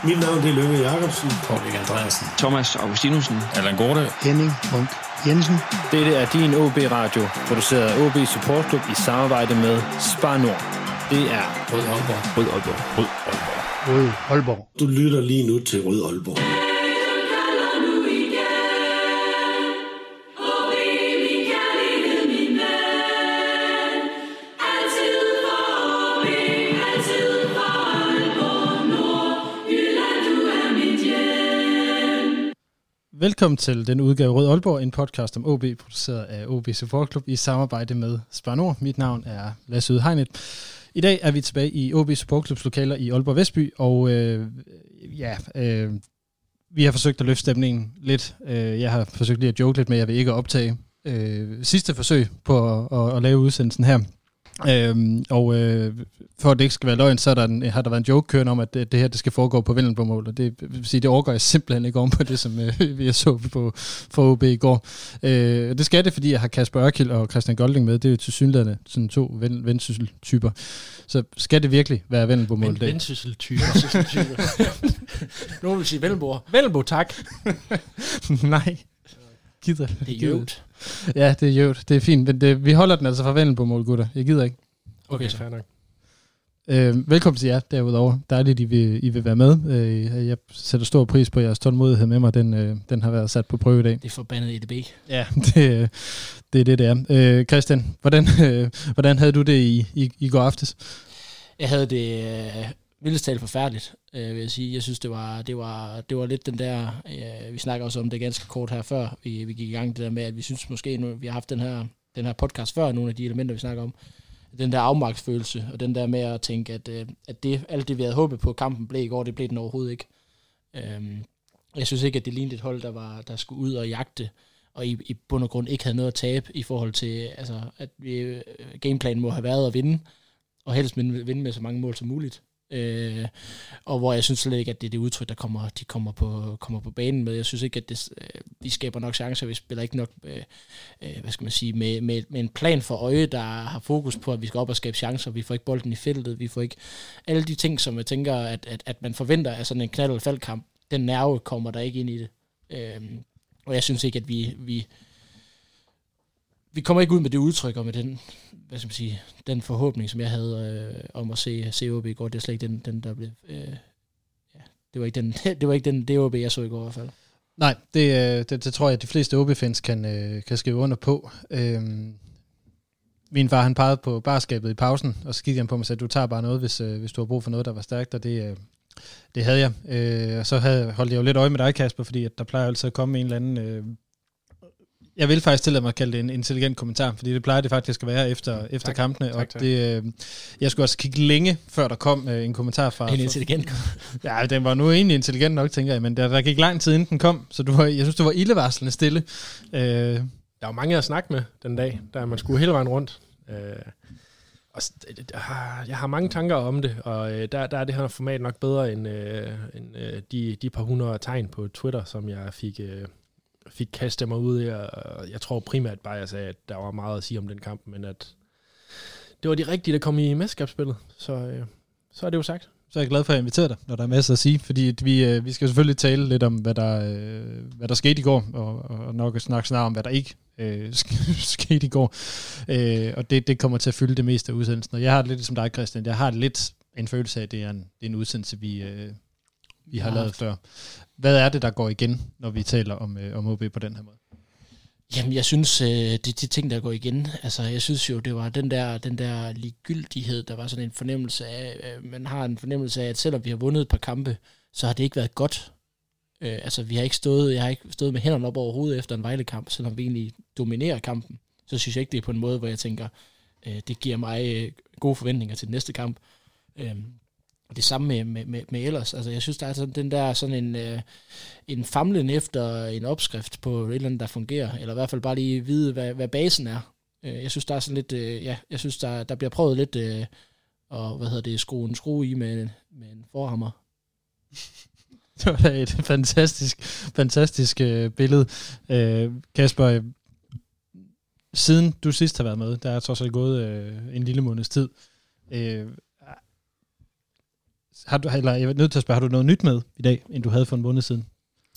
Mit navn er Løve Jacobsen. Paul Andreasen. Thomas Augustinusen. Allan Gorte. Henning Munk Jensen. Dette er din OB Radio, produceret af OB Support Club i samarbejde med Spar Nord. Det er Rød Aalborg. Rød Aalborg. Rød Aalborg. Rød Aalborg. Du lytter lige nu til Rød Aalborg. Velkommen til den udgave Rød Aalborg, en podcast om OB, produceret af OB Support Club i samarbejde med Spar Nord. Mit navn er Lasse Udhegnet. I dag er vi tilbage i OB Support Clubs lokaler i Aalborg Vestby, og vi har forsøgt at løfte stemningen lidt. Jeg har forsøgt lige at joke lidt med, at jeg vil ikke optage sidste forsøg på at lave udsendelsen her. For at det ikke skal være løgn, så har der været en joke kørende om, at det her det skal foregå på Vendelbomål, og det vil sige, det overgår jeg simpelthen ikke om på det, som vi så på for OB i går. Det skal det, fordi jeg har Kasper Ørkild og Christian Golding med. Det er jo tilsyneladende sådan to vendsysseltyper. Så skal det virkelig være Vendelbomål? Vendsysseltyper. Nogen vil sige Vendelbo. Vendelbo, tak. Nej. Gider. Det er jøvt. Ja, det er jøvt. Det er fint, men vi holder den altså fra Vendelbomål, gutter. Jeg gider ikke. Okay, fair nok. Velkommen til jer derudover. Dejligt, I vil være med. Jeg sætter stor pris på jeres tålmodighed med mig. Den har været sat på prøve i dag. Det er forbandet EDB. Ja, det er det. Christian, hvordan havde du det i går aftes? Jeg havde det vildest talt forfærdeligt, vil jeg sige. Jeg synes, det var lidt den der, vi snakker også om det ganske kort her før, vi gik i gang det der med, at vi synes måske, nu, vi har haft den her podcast før, nogle af de elementer, vi snakker om, den der afmagtsfølelse, og den der med at tænke, at alt det, vi havde håbet på, kampen blev i går, det blev den overhovedet ikke. Jeg synes ikke, at det lignede et hold, der skulle ud og jagte, og i bund og grund ikke havde noget at tabe i forhold til, altså, at gameplanen må have været at vinde, og helst vinde med så mange mål som muligt. Og hvor jeg synes slet ikke, at det er det udtryk, de kommer på banen med. Jeg synes ikke, at de skaber nok chancer. Vi spiller ikke nok, med en plan for øje, der har fokus på, at vi skal op og skabe chancer. Vi får ikke bolden i feltet. Vi får ikke alle de ting, som jeg tænker, at man forventer af sådan en knald- eller faldkamp. Den nerve kommer der ikke ind i det. Og jeg synes ikke, at vi kommer ikke ud med det udtryk og med den, den forhåbning, som jeg havde om at se OB i går. Det er slet ikke den der blev... det var ikke den OB, jeg så i går i hvert fald. Nej, det tror jeg, at de fleste OB-fans kan skrive under på. Min far, han pegede på barskabet i pausen, og så kiggede han på mig og sagde, du tager bare noget, hvis du har brug for noget, der var stærkt, og det havde jeg. Og så holdt jeg jo lidt øje med dig, Kasper, fordi at der plejer altid at komme en eller anden... Jeg vil faktisk tillade mig at kalde det en intelligent kommentar, fordi det plejer det faktisk at være efter kampene. Tak. Og jeg skulle også kigge længe, før der kom en kommentar fra... En intelligent Ja, den var nu egentlig intelligent nok, tænker jeg, men der gik lang tid, inden den kom, så jeg synes, det var ildevarslende stille. Der var mange at snakke med den dag, der man skulle hele vejen rundt. Jeg har mange tanker om det, og der er det her format nok bedre end de par hundrede tegn på Twitter, som jeg fik kastet mig ud i, og jeg tror primært bare, jeg sagde, at der var meget at sige om den kamp, men at det var de rigtige, der kom i mesterskabsspillet, så er det jo sagt. Så er jeg glad for at invitere dig, når der er masser at sige, fordi vi skal selvfølgelig tale lidt om, hvad der skete i går, og nok snakke snart om, hvad der ikke skete i går, og det kommer til at fylde det meste af udsendelsen, og jeg har det lidt ligesom dig, Christian, jeg har lidt en følelse af, at det er en udsendelse, vi har lavet før. Hvad er det, der går igen, når vi taler om OB på den her måde? Jamen, jeg synes, det er de ting, der går igen. Altså, jeg synes jo, det var den der ligegyldighed, der var sådan en fornemmelse af, man har en fornemmelse af, at selvom vi har vundet et par kampe, så har det ikke været godt. Altså, jeg har ikke stået med hænderne op over hovedet efter en Vejle-kamp, selvom vi egentlig dominerer kampen. Så synes jeg ikke, det er på en måde, hvor jeg tænker, det giver mig gode forventninger til den næste kamp. Det samme med ellers. Altså, jeg synes, der er sådan en famlen efter en opskrift på et eller andet, der fungerer, eller i hvert fald bare lige vide, hvad basen er. Jeg synes, der er sådan lidt, jeg synes, der bliver prøvet lidt skrue en skrue i med en forhammer. Det var da et fantastisk billede. Kasper, siden du sidst har været med, der er trods alt gået en lille måneds tid, jeg er nødt til at spørge, har du noget nyt med i dag, end du havde for en måned siden?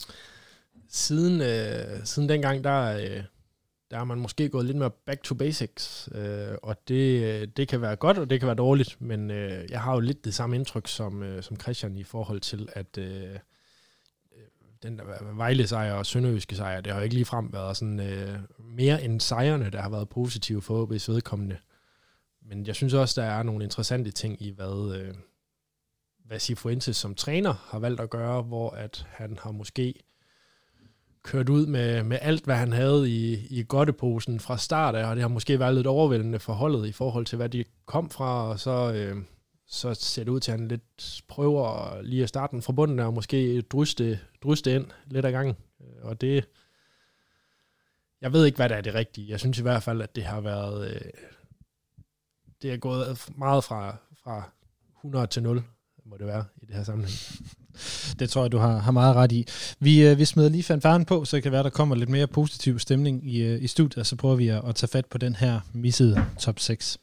Siden dengang, der er man måske gået lidt mere back to basics, og det kan være godt, og det kan være dårligt, men jeg har jo lidt det samme indtryk som Christian i forhold til, at den der Vejle-sejr og Sønderjyske sejr, det har jo ikke ligefrem været sådan mere end sejrene, der har været positive for OB's vedkommende. Men jeg synes også, der er nogle interessante ting i, hvad Cifuentes som træner har valgt at gøre, hvor at han har måske kørt ud med alt, hvad han havde i godteposen fra start af, og det har måske været lidt overvældende for holdet i forhold til, hvad de kom fra, og så ser det ud til, at han lidt prøver lige at starte den fra bunden, og måske dryste ind lidt ad gangen. Og det, jeg ved ikke, hvad der er det rigtige. Jeg synes i hvert fald, at det har været, det er gået meget fra 100 til 0, må det være i det her sammenhæng. Det tror jeg, du har meget ret i. Vi smider lige fanfaren på, så det kan være, der kommer lidt mere positiv stemning i studiet, og så prøver vi at tage fat på den her missede top 6.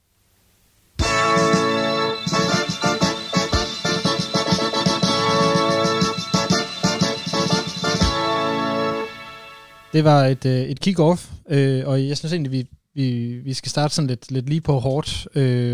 Det var et kick-off, og jeg synes egentlig, vi skal starte sådan lidt lige på hårdt.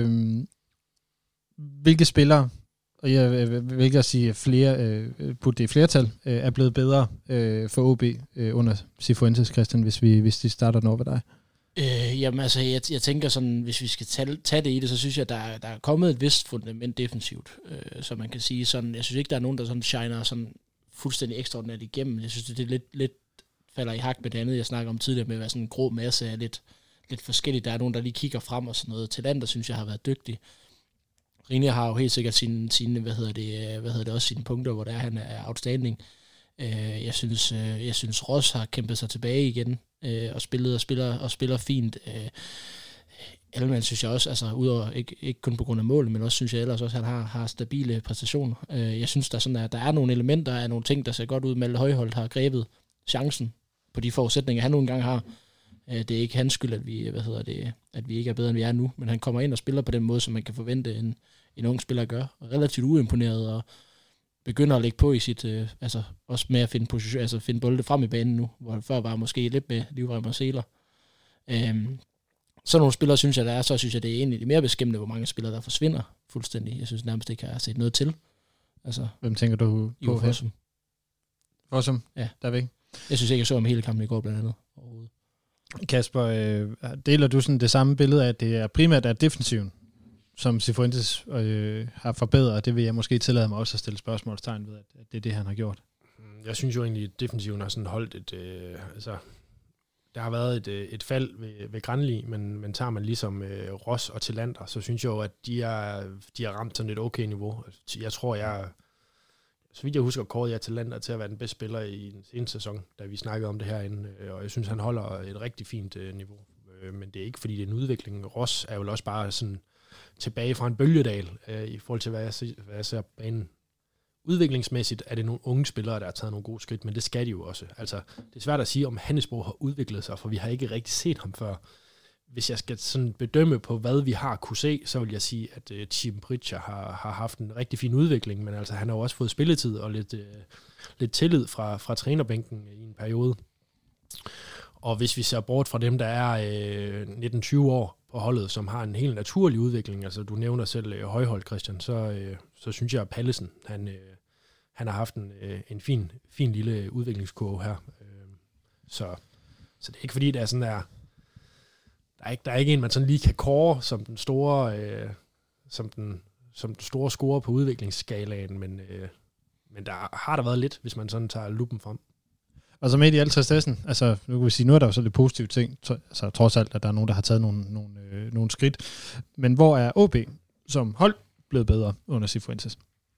Hvilke spillere, og jeg vil ikke sige flere, putte det i flertal, er blevet bedre for OB under Cifuentes, Christian, hvis de starter den over ved dig? Jamen altså, jeg tænker sådan, hvis vi skal tage det i det, så synes jeg, der er kommet et vist fundament defensivt, så man kan sige sådan, jeg synes ikke, der er nogen, der sådan shiner sådan fuldstændig ekstraordinært igennem. Jeg synes, det er lidt falder i hak med det andet, jeg snakker om tidligere, med at være sådan en grå masse af lidt forskelligt. Der er nogen, der lige kigger frem og sådan noget. Talander, synes jeg, har været dygtig. Rine har jo helt sikkert sine også sine punkter, hvor han er outstanding. Jeg synes Ross har kæmpet sig tilbage igen, og spiller fint. Ellemann synes jeg også, altså udover ikke kun på grund af mål, men også synes jeg ellers også, at han har stabile præstationer. Jeg synes, der er nogle elementer af nogle ting, der ser godt ud. Malte Højholt har grebet chancen på de forudsætninger, han nogle gange har. Det er ikke hans skyld, at vi ikke er bedre, end vi er nu, men han kommer ind og spiller på den måde, som man kan forvente en ung spiller gør. Relativt uimponeret og begynder at lægge på i sit, også med at finde position, altså finde bolde frem i banen nu, hvor før var måske lidt med livrem og seler. Så nogle spillere, synes jeg, der er, så synes jeg, det er egentlig mere beskæmmende, hvor mange spillere, der forsvinder fuldstændig. Jeg synes nærmest ikke, jeg har set noget til. Altså, hvem tænker du på her? Fossum? Ja. Der er væk. Jeg synes ikke, jeg så om hele kampen i går blandt andet overhovedet. Kasper, deler du sådan det samme billede af, at det er primært af defensiven, som Cifuentes har forbedret? Det vil jeg måske tillade mig også at stille spørgsmålstegn ved, at det er det, han har gjort. Jeg synes jo egentlig, at defensiven har sådan holdt der har været et fald ved Granli, men tager man ligesom Ross og Talander, så synes jeg jo, at de har ramt sådan et okay niveau. Jeg tror, så vidt jeg husker, kårede jeg Talander til at være den bedste spiller i den seneste sæson, da vi snakkede om det herinde, og jeg synes, han holder et rigtig fint niveau. Men det er ikke, fordi det er en udvikling. Ross er jo også bare sådan tilbage fra en bølgedal, i forhold til, hvad jeg ser banen. Udviklingsmæssigt er det nogle unge spillere, der har taget nogle gode skridt, men det skal de jo også. Altså, det er svært at sige, om Hannesbo har udviklet sig, for vi har ikke rigtig set ham før. Hvis jeg skal sådan bedømme på, hvad vi har kunne se, så vil jeg sige, at Tim Pritchard har haft en rigtig fin udvikling, men altså, han har jo også fået spilletid og lidt tillid fra trænerbænken i en periode. Og hvis vi ser bort fra dem, der er 19-20 år på holdet, som har en helt naturlig udvikling, altså du nævner selv Højholt, Christian, så synes jeg, at Pallesen, han har haft en fin lille udviklingskurve her. Så det er ikke fordi, det er sådan der er ikke en, man sådan lige kan kåre som den store, som den store scorer på udviklingsskalaen, men der har der været lidt, hvis man sådan tager lupen frem. Og så midt i alt tristessen, altså nu kan vi sige, nu er der jo så lidt positive ting, altså trods alt, at der er nogen, der har taget nogle skridt. Men hvor er OB som hold blevet bedre under Cifuentes?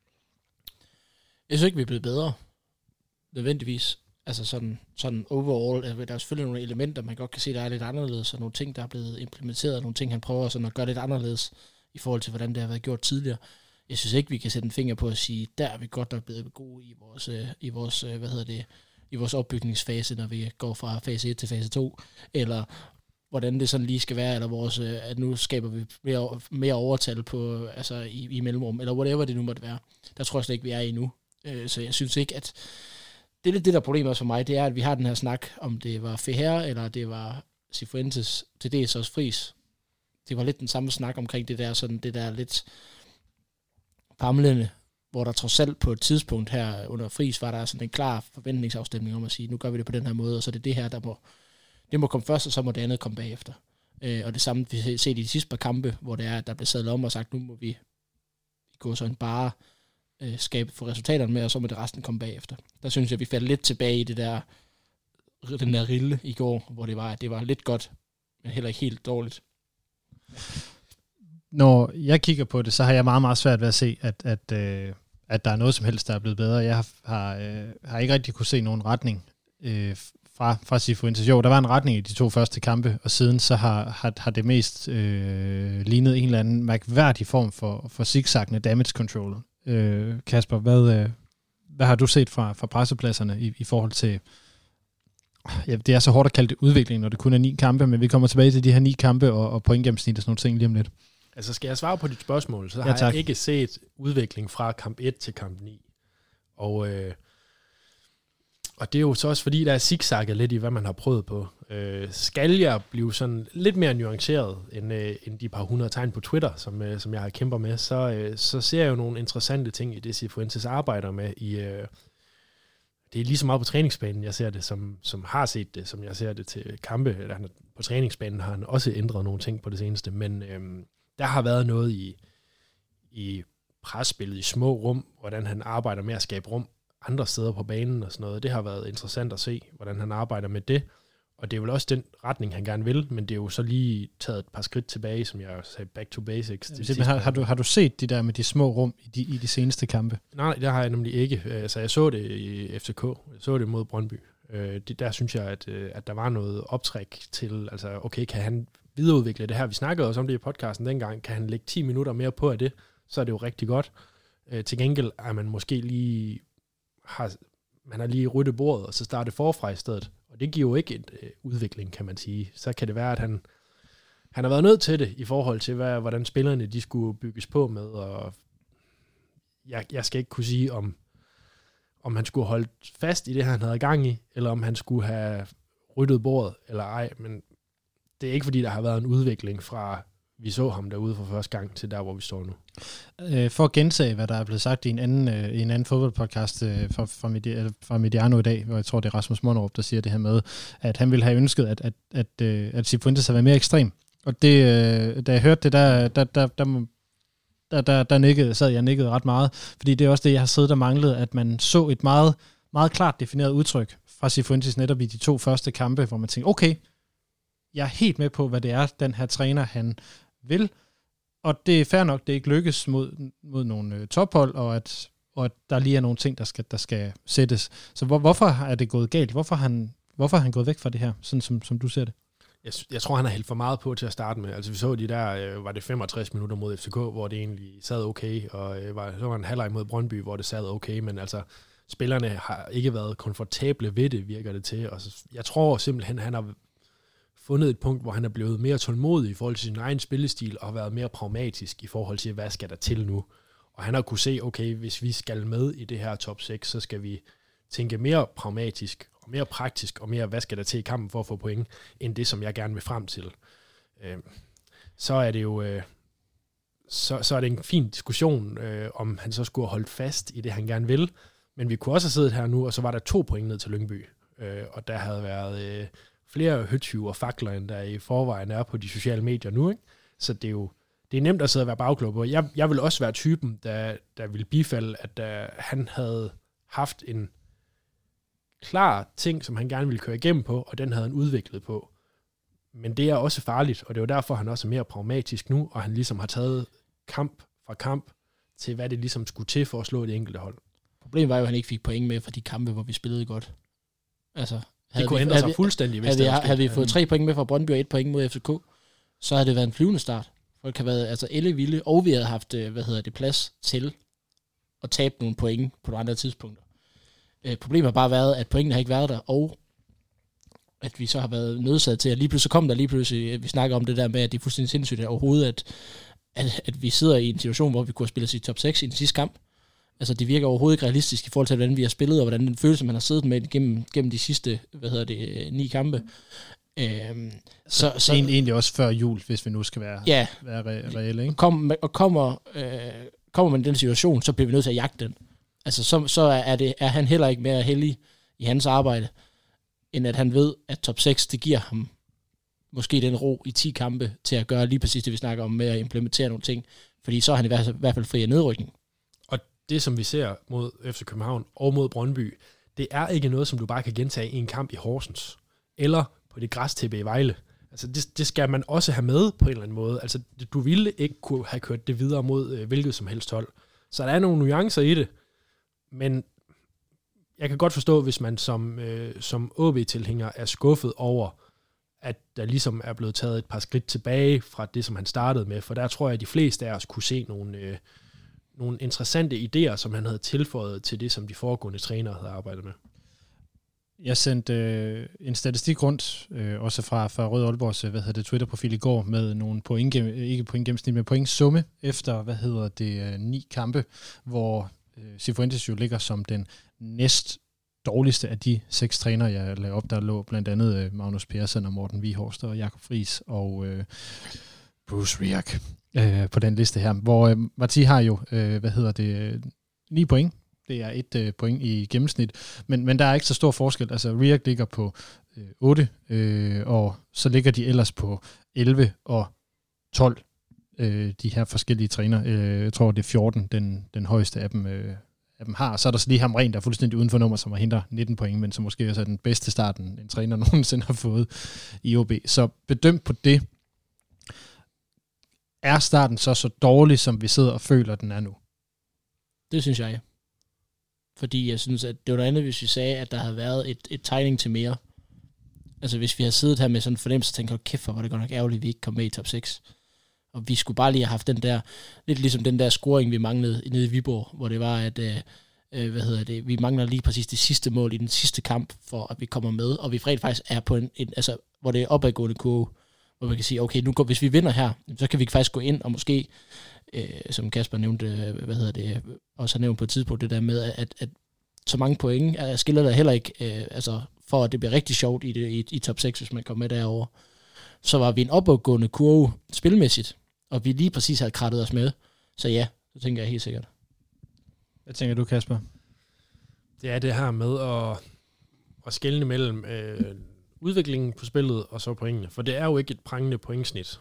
Jeg synes ikke, vi er blevet bedre, nødvendigvis. Altså sådan overall, der er selvfølgelig nogle elementer, man godt kan se, der er lidt anderledes, og nogle ting, der er blevet implementeret, nogle ting, han prøver sådan at gøre lidt anderledes, i forhold til, hvordan det har været gjort tidligere. Jeg synes ikke, vi kan sætte en finger på at sige, der er vi godt nok blevet gode i vores opbygningsfase, når vi går fra fase 1 til fase 2, eller hvordan det sådan lige skal være, eller vores, at nu skaber vi mere overtal på, altså i mellemrum, eller whatever det nu måtte være. Der tror jeg slet ikke, vi er i nu. Så jeg synes ikke, at det er lidt det, der er problemet også for mig, det er, at vi har den her snak, om det var Feher, eller det var Cifuentes, til det er så også Friis. Det var lidt den samme snak omkring det der, sådan det der lidt famlende, hvor der trods alt på et tidspunkt her under Friis, var der sådan en klar forventningsafstemning om at sige, nu gør vi det på den her måde, og så er det her, det må komme først, og så må det andet komme bagefter. Og det samme, vi har set i de sidste par kampe, hvor det er, at der blev sadlet om og sagt, nu må vi gå sådan bare skabe for resultaterne med, og så må det resten komme bagefter. Der synes jeg, vi faldt lidt tilbage i den der rille i går, hvor det var lidt godt, men heller ikke helt dårligt. Når jeg kigger på det, så har jeg meget, meget svært ved at se, at der er noget som helst, der er blevet bedre. Jeg har ikke rigtig kunne se nogen retning fra Cifuentes. Jo, der var en retning i de 2 første kampe, og siden så har det mest lignet en eller anden mærkværdig form for zigzaggende damage control. Kasper, hvad har du set fra pressepladserne i forhold til... Ja, det er så hårdt at kalde det udvikling, når det kun er 9 kampe, men vi kommer tilbage til de her 9 kampe og pointgennemsnit og sådan nogle ting lige om lidt. Altså, skal jeg svare på dit spørgsmål, så har jeg ikke set udvikling fra kamp 1 til kamp 9. Og det er jo så også, fordi der er zigzagget lidt i, hvad man har prøvet på. Skal jeg blive sådan lidt mere nuanceret end de par 100 tegn på Twitter, som jeg har kæmper med, så ser jeg jo nogle interessante ting i det, Cifuentes arbejder med det er lige så meget på træningsbanen, jeg ser det, som har set det, som jeg ser det til kampe. Eller på træningsbanen har han også ændret nogle ting på det seneste, men der har været noget i presspillet, i små rum, hvordan han arbejder med at skabe rum andre steder på banen og sådan noget. Det har været interessant at se, hvordan han arbejder med det, og det er vel også den retning, han gerne vil, men det er jo så lige taget et par skridt tilbage, som jeg sagde, back to basics. Har du set de der med de små rum i de seneste kampe? Nej, det har jeg nemlig ikke. Altså, jeg så det i FCK. Jeg så det mod Brøndby. Der synes jeg, at der var noget optræk til, altså, okay, kan han videreudvikle det her? Vi snakkede også om det i podcasten dengang. Kan han lægge 10 minutter mere på af det, så er det jo rigtig godt. Til gengæld er man måske lige... Man har lige ryddet bordet, og så startet forfra i stedet. Og det giver jo ikke en udvikling, kan man sige. Så kan det være, at han har været nødt til det, i forhold til, hvordan spillerne de skulle bygges på med. Og jeg skal ikke kunne sige, om han skulle holde fast i det, han havde gang i, eller om han skulle have ryddet bordet, eller ej. Men det er ikke, fordi der har været en udvikling fra... Vi så ham derude for første gang til der, hvor vi står nu. For at gentage, hvad der er blevet sagt i en anden fodboldpodcast fra Mediano i dag, hvor jeg tror, det er Rasmus Monderup, der siger det her med, at han ville have ønsket, at Cifuentes havde været mere ekstrem. Og det, da jeg hørte det, sad jeg nikkede ret meget, fordi det er også det, jeg har siddet og manglet, at man så et meget, meget klart defineret udtryk fra Cifuentes netop i de 2 første kampe, hvor man tænkte, okay, jeg er helt med på, hvad det er, den her træner, han vil. Og det er fair nok, det ikke lykkes mod nogle tophold, og at der lige er nogle ting, der skal sættes. Så hvorfor er det gået galt? Hvorfor er han gået væk fra det her, sådan som du ser det? Jeg tror, han har hældt for meget på til at starte med. Altså vi så de der, var det 65 minutter mod FCK, hvor det egentlig sad okay, og så var en halvleg mod Brøndby, hvor det sad okay, men altså spillerne har ikke været komfortable ved det, virker det til. Og så, jeg tror simpelthen, han har fundet et punkt, hvor han er blevet mere tålmodig i forhold til sin egen spillestil, og har været mere pragmatisk i forhold til, hvad skal der til nu. Og han har kunne se, okay, hvis vi skal med i det her top 6, så skal vi tænke mere pragmatisk, og mere praktisk, og mere, hvad skal der til i kampen for at få point, end det, som jeg gerne vil frem til. Så er det jo så er det en fin diskussion, om han så skulle have holdt fast i det, han gerne vil. Men vi kunne også have siddet her nu, og så var der 2 point ned til Lyngby. Og der havde været flere høtyve og fakler, end der i forvejen er på de sociale medier nu, ikke? Så det er nemt at sidde og være bagklog på. Jeg vil også være typen, der vil bifalde, at han havde haft en klar ting, som han gerne ville køre igennem på, og den havde han udviklet på. Men det er også farligt, og det er jo derfor, han også er mere pragmatisk nu, og han ligesom har taget kamp fra kamp til, hvad det ligesom skulle til for at slå det enkelte hold. Problemet var jo, at han ikke fik point med fra de kampe, hvor vi spillede godt. Altså, det kunne ændre sig fuldstændig, hvis havde vi fået 3 point med fra Brøndby og 1 point mod FCK, så havde det været en flyvende start. Folk har været ellevilde, og vi havde haft plads til at tabe nogle point på nogle andre tidspunkter. Problemet har bare været, at pointene har ikke været der, og at vi så har været nødsaget til, at lige pludselig, vi snakker om det der med, at det er fuldstændig sindssygt at overhovedet, at vi sidder i en situation, hvor vi kunne have spillet i top 6 i den sidste kamp. Altså, det virker overhovedet ikke realistisk i forhold til, hvordan vi har spillet, og hvordan den følelse, man har siddet med gennem de sidste, 9 kampe. Så egentlig også før jul, hvis vi nu skal være reelle, ikke? Kommer man i den situation, så bliver vi nødt til at jagte den. Altså, så er han heller ikke mere heldig i hans arbejde, end at han ved, at top 6, det giver ham måske den ro i 10 kampe til at gøre lige præcis det, vi snakker om, med at implementere nogle ting. Fordi så er han i hvert fald fri af nedrykning. Og det, som vi ser mod FC København og mod Brøndby, det er ikke noget, som du bare kan gentage i en kamp i Horsens, eller på det græstæppe i Vejle. Altså, det skal man også have med på en eller anden måde. Altså, du ville ikke kunne have kørt det videre mod hvilket som helst hold. Så der er nogle nuancer i det, men jeg kan godt forstå, hvis man som OB-tilhænger er skuffet over, at der ligesom er blevet taget et par skridt tilbage fra det, som han startede med, for der tror jeg, at de fleste af os kunne se nogle interessante idéer, som han havde tilføjet til det, som de foregående trænere havde arbejdet med. Jeg sendte en statistik rundt, også fra Rød Aalborgs Twitter-profil i går, med nogle pointgennemsnit, men pointsumme efter 9 kampe, hvor Cifuentes jo ligger som den næst dårligste af de 6 trænere, jeg lavede op. Der lå blandt andet Magnus Persson og Morten Vihorst og Jakob Friis og Bruce Rioch på den liste her, hvor Marti har jo 9 point. Det er 1 point i gennemsnit, men der er ikke så stor forskel. Altså Rioch ligger på 8, og så ligger de ellers på 11 og 12, de her forskellige træner. Jeg tror, det er 14, den højeste af dem har. Så er der så lige ham rent, der er fuldstændig uden for nummer, som henter 19 point, men som måske også er den bedste start, en træner nogensinde har fået i OB. Så bedømt på det, er starten så dårlig, som vi sidder og føler, den er nu? Det synes jeg. Fordi jeg synes, at det var noget andet, hvis vi sagde, at der havde været et tegning til mere. Altså hvis vi havde siddet her med sådan en fornemmelse og tænkt, hold kæft, hvor var det godt nok ærgerligt, at vi ikke kom med i top 6. Og vi skulle bare lige have haft den der, lidt ligesom den der scoring, vi manglede nede i Viborg, hvor det var, at vi mangler lige præcis det sidste mål i den sidste kamp, for at vi kommer med, og vi faktisk er på altså, hvor det er opadgående kurve, hvor man kan sige, okay, hvis vi vinder her, så kan vi faktisk gå ind og måske, som Kasper nævnte, også har nævnt på et tidspunkt, det der med, at så mange point skiller der heller ikke, altså for at det bliver rigtig sjovt i top 6, hvis man kommer med derover. Så var vi en opadgående kurve spilmæssigt, og vi lige præcis havde krattet os med. Så ja, så tænker jeg helt sikkert. Hvad tænker du, Kasper? Det er det her med at skelne mellem udviklingen på spillet og så pointene. For det er jo ikke et prangende pointsnit.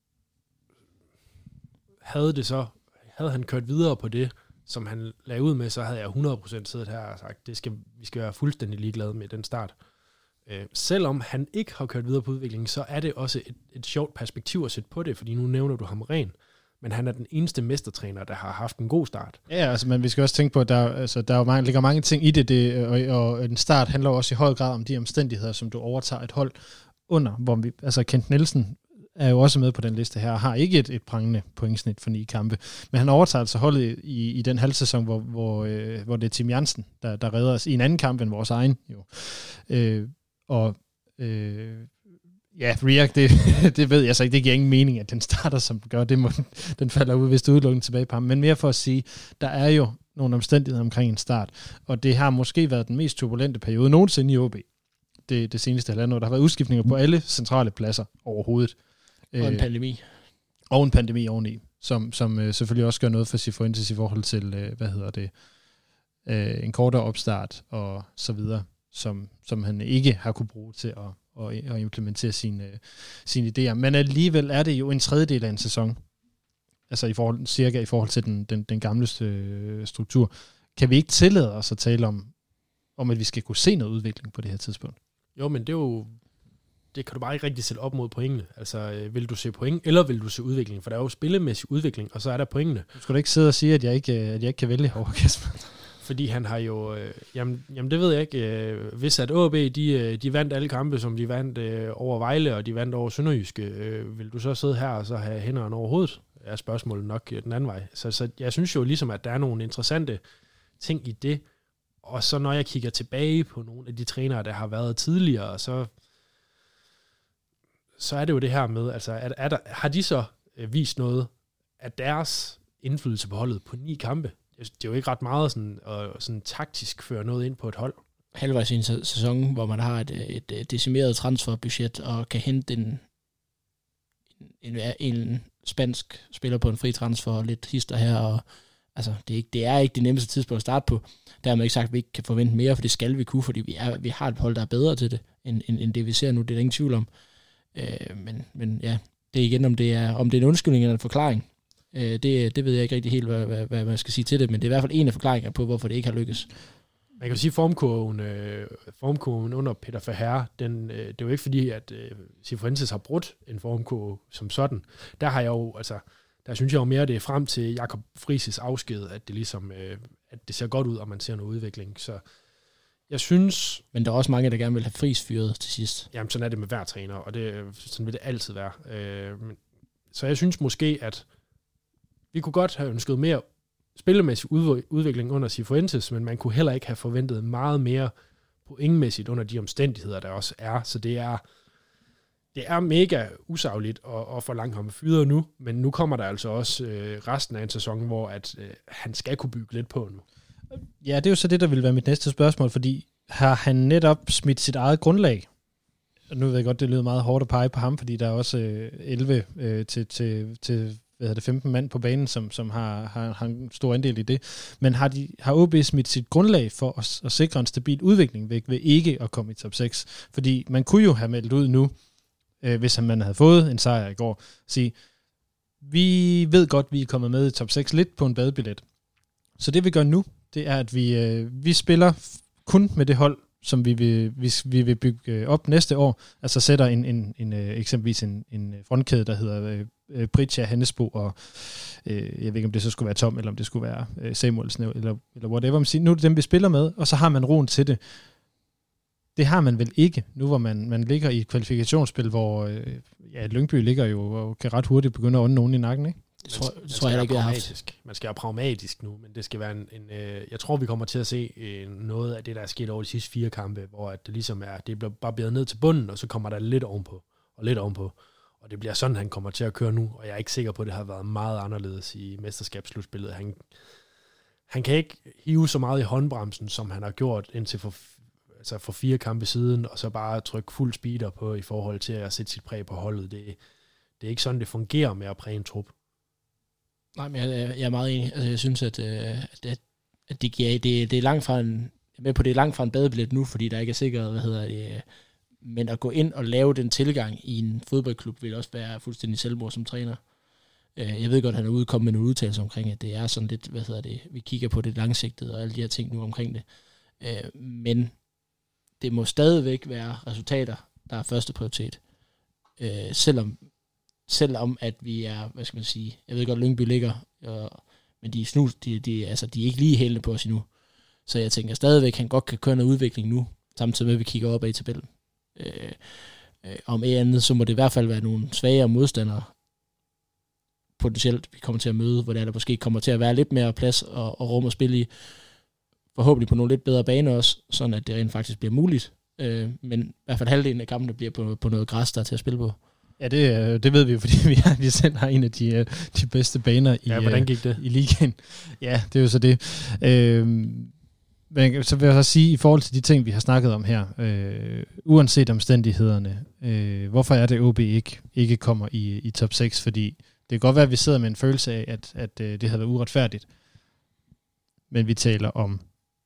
Havde han kørt videre på det, som han lagde ud med, så havde jeg 100% siddet her og sagt, vi skal være fuldstændig ligeglade med den start. Selvom han ikke har kørt videre på udviklingen, så er det også et sjovt perspektiv at sætte på det, fordi nu nævner du ham ren, men han er den eneste mestertræner, der har haft en god start. Ja, altså, men vi skal også tænke på, at der ligger mange ting i det, og en start handler også i høj grad om de omstændigheder, som du overtager et hold under, hvor Kent Nielsen er jo også med på den liste her, og har ikke et prangende pointsnit for 9 kampe, men han overtager altså holdet i den halvsæson, hvor det er Tim Jansen, der redder os i en anden kamp end vores egen, jo. Rioch, det ved jeg så ikke, det giver ingen mening, at den starter, som den gør, den falder ud, hvis du udelukkende tilbage på ham, men mere for at sige, der er jo nogle omstændigheder omkring en start, og det har måske været den mest turbulente periode nogensinde i OB, det seneste halvandet år. Der har været udskiftninger på alle centrale pladser overhovedet. Og en pandemi. Og en pandemi oveni, som selvfølgelig også gør noget for Cifuentes i forhold til, en kortere opstart og så videre, som han ikke har kunne bruge til at implementere sine idéer. Men alligevel er det jo en tredjedel af en sæson, altså i forhold til den gamle struktur. Kan vi ikke tillade os at tale om, at vi skal kunne se noget udvikling på det her tidspunkt? Jo, men det kan du bare ikke rigtig sætte op mod pointene. Altså, vil du se point, eller vil du se udvikling? For der er jo spillemæssig udvikling, og så er der pointene. Du skal da ikke sidde og sige, at jeg ikke kan vælge over Kasper. Fordi han har jo... jamen, det ved jeg ikke. Hvis at AaB, de vandt alle kampe, som de vandt over Vejle, og de vandt over Sønderjyske, vil du så sidde her og så have hænderne over hovedet? Er spørgsmålet nok den anden vej. Så jeg synes jo ligesom, at der er nogle interessante ting i det. Og så når jeg kigger tilbage på nogle af de trænere, der har været tidligere, så så er det jo det her med, altså har de så vist noget af deres indflydelse på holdet på 9 kampe? Det er jo ikke ret meget sådan, at sådan taktisk føre noget ind på et hold. Halvvejs i en sæson, hvor man har et decimeret transferbudget og kan hente en spansk spiller på en fri transfer og lidt hister her, og altså, det er ikke det nemmeste tidspunkt at starte på. Dermed ikke sagt, at vi ikke kan forvente mere, for det skal vi kunne, fordi vi har et hold, der er bedre til det, end det vi ser nu. Det er der ingen tvivl om. Men ja, det er igen, om det er en undskyldning eller en forklaring. Det ved jeg ikke rigtig helt, hvad man skal sige til det, men det er i hvert fald en af forklaringerne på, hvorfor det ikke har lykkes. Man kan sige, formkurven under Peter Verhaer, det er jo ikke fordi, at Cifuentes har brudt en formkurve som sådan. Der har jeg jo, altså, der synes jeg jo mere, det er frem til Jakob Friis' afsked, at det ligesom, at det ser godt ud, og man ser noget udvikling. Så jeg synes... Men der er også mange, der gerne vil have Friis fyret til sidst. Jamen, sådan er det med hver træner, og sådan vil det altid være. Så jeg synes måske, at vi kunne godt have ønsket mere spillemæssig udvikling under Cifuentes, men man kunne heller ikke have forventet meget mere pointmæssigt under de omstændigheder, der også er. Så det er mega usagligt at forlange ham fyret nu, men nu kommer der altså også resten af en sæson, hvor at han skal kunne bygge lidt på nu. Ja, det er jo så det, der vil være mit næste spørgsmål, fordi har han netop smidt sit eget grundlag? Nu ved jeg godt, det lyder meget hårdt at pege på ham, fordi der er også 11 til 15 mand på banen, som har en stor andel i det. Men har OB smidt sit grundlag for at sikre en stabil udvikling ved ikke at komme i top 6? Fordi man kunne jo have meldt ud nu, hvis man havde fået en sejr i går, sige, vi ved godt, vi er kommet med i top 6 lidt på en badebillet. Så det vi gør nu, det er, at vi spiller kun med det hold, som vi vil bygge op næste år. Altså sætter eksempelvis en frontkæde, der hedder Britja, Hannesbo og jeg ved ikke, om det så skulle være Tom, eller om det skulle være Samuelsen, eller whatever. Man siger, nu er det dem, vi spiller med, og så har man roen til det. Det har man vel ikke, nu hvor man ligger i et kvalifikationsspil, hvor Lyngby ligger jo og kan ret hurtigt begynde at ånde nogen i nakken, ikke? Det tror jeg ikke, jeg har haft. Man skal være pragmatisk nu, men det skal være jeg tror, vi kommer til at se noget af det, der er sket over de sidste 4 kampe, hvor det ligesom det bliver bare bedre ned til bunden, og så kommer der lidt ovenpå, og lidt ovenpå. Og det bliver sådan, han kommer til at køre nu, og jeg er ikke sikker på, at det har været meget anderledes i mesterskabsslutspillet. Han kan ikke hive så meget i håndbremsen, som han har gjort indtil for 4 kampe siden, og så bare trykke fuld speeder på i forhold til at sætte sit præg på holdet. Det er ikke sådan, det fungerer med at præge en trup. Nej, men jeg er meget enig. Altså, jeg synes, at det er langt fra det er langt fra en badebillet nu, fordi der ikke er sikkerhed, men at gå ind og lave den tilgang i en fodboldklub vil også være fuldstændig selvmord som træner. Jeg ved godt, at han er udkommet med nogle udtalelser omkring, at det er sådan lidt, vi kigger på det langsigtede og alle de her ting nu omkring det. Men det må stadigvæk være resultater, der er første prioritet. Selvom at vi er, hvad skal man sige, jeg ved godt, Lyngby ligger, men de er ikke lige hælende på os endnu. Så jeg tænker stadigvæk, at han godt kan køre noget udvikling nu, samtidig med, at vi kigger op ad i tabellen. Om et andet, så må det i hvert fald være nogle svagere modstandere, potentielt vi kommer til at møde, hvor der måske kommer til at være lidt mere plads og rum at spille i, forhåbentlig på nogle lidt bedre baner også, sådan at det rent faktisk bliver muligt. Men i hvert fald halvdelen af kampene bliver på noget græs, der er til at spille på. Ja, det ved vi jo, fordi vi selv har en af de bedste baner hvordan gik det? I ligaen. Ja, det er jo så det. Men så vil jeg så sige, i forhold til de ting, vi har snakket om her, uanset omstændighederne, hvorfor er det, at OB ikke kommer i top 6? Fordi det kan godt være, at vi sidder med en følelse af, at det havde været uretfærdigt. Men vi taler om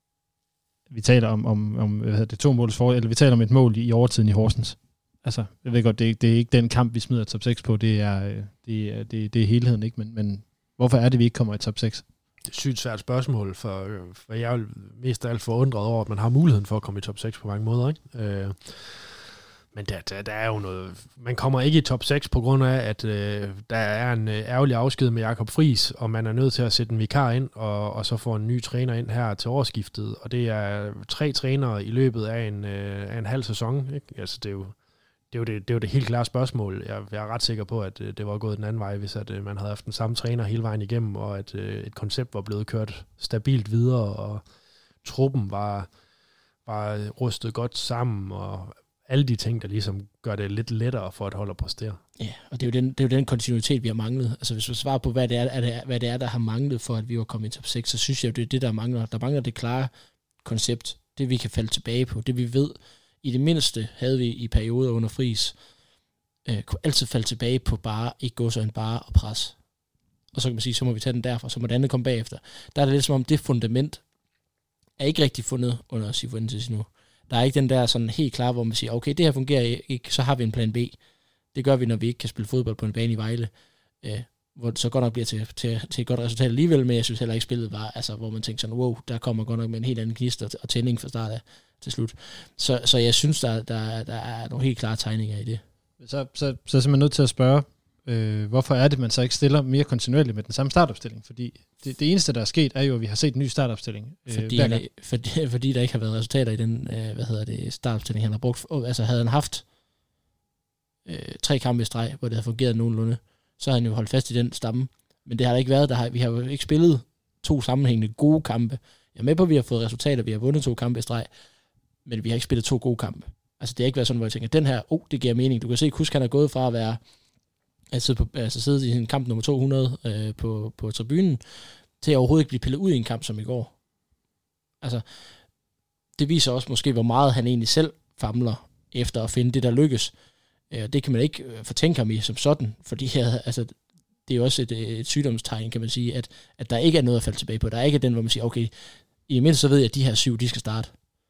2 måls forhold, eller vi taler om et mål i overtiden i Horsens. Altså, jeg ved godt, det er ikke den kamp, vi smider top 6 på, det er helheden, ikke? Men hvorfor er det, vi ikke kommer i top 6? Det er et sygt svært spørgsmål, for jeg er mest af alt forundret over, at man har muligheden for at komme i top 6 på mange måder, ikke? Men der er jo noget... Man kommer ikke i top 6 på grund af, at der er en ærgerlig afsked med Jakob Friis, og man er nødt til at sætte en vikar ind, og så få en ny træner ind her til årsskiftet. Og det er 3 trænere i løbet af en halv sæson, ikke? Altså, det er jo det helt klare spørgsmål. Jeg er ret sikker på, at det var gået den anden vej, hvis at man havde haft den samme træner hele vejen igennem, og at et koncept var blevet kørt stabilt videre, og truppen var rustet godt sammen, og alle de ting, der ligesom gør det lidt lettere for et hold at præstere. Ja, og det er jo den kontinuitet, vi har manglet. Altså hvis vi svarer på, hvad det er, der har manglet for, at vi var kommet i top 6, så synes jeg, det er det, der mangler. Der mangler det klare koncept, det vi kan falde tilbage på, det vi ved. I det mindste havde vi i perioder under Friis, kunne altid falde tilbage på bare, ikke gå så en bare og pres. Og så kan man sige, så må vi tage den derfra, så må det andet komme bagefter. Der er det lidt som om, det fundament er ikke rigtig fundet under Cifuentes nu. Der er ikke den der sådan helt klar, hvor man siger, okay, det her fungerer ikke, så har vi en plan B. Det gør vi, når vi ikke kan spille fodbold på en bane i Vejle, hvor det så godt nok bliver til et godt resultat alligevel, men jeg synes heller ikke, spillet var, altså, hvor man tænker sådan, wow, der kommer godt nok med en helt anden gnist og tænding fra start af til slut. Så jeg synes, der er nogle helt klare tegninger i det. Så er simpelthen nødt til at spørge, hvorfor er det, man så ikke stiller mere kontinuerligt med den samme startopstilling? Fordi det eneste, der er sket, er jo, at vi har set en ny startopstilling. Fordi der ikke har været resultater i den startopstilling, han har brugt. Altså havde han haft 3 kampe i streg, hvor det havde fungeret nogenlunde, så havde han jo holdt fast i den stamme. Men det har der ikke været. Vi har jo ikke spillet 2 sammenhængende gode kampe. Jeg er med på, at vi har fået resultater. Vi har vundet 2 kampe i streg, men vi har ikke spillet 2 gode kampe. Altså det har ikke været sådan, hvor jeg tænker, den her, det giver mening. Du kan se, Kusk han er gået fra at være sidde i en kamp nummer 200 på tribunen, til at overhovedet ikke blive pillet ud i en kamp som i går. Altså, det viser også måske, hvor meget han egentlig selv famler efter at finde det, der lykkes. Det kan man ikke fortænke ham i som sådan, fordi altså, det er jo også et sygdomstegn, kan man sige, at der ikke er noget at falde tilbage på. Der er ikke den, hvor man siger, okay, i mindst så ved jeg, at de her 7, de skal starte.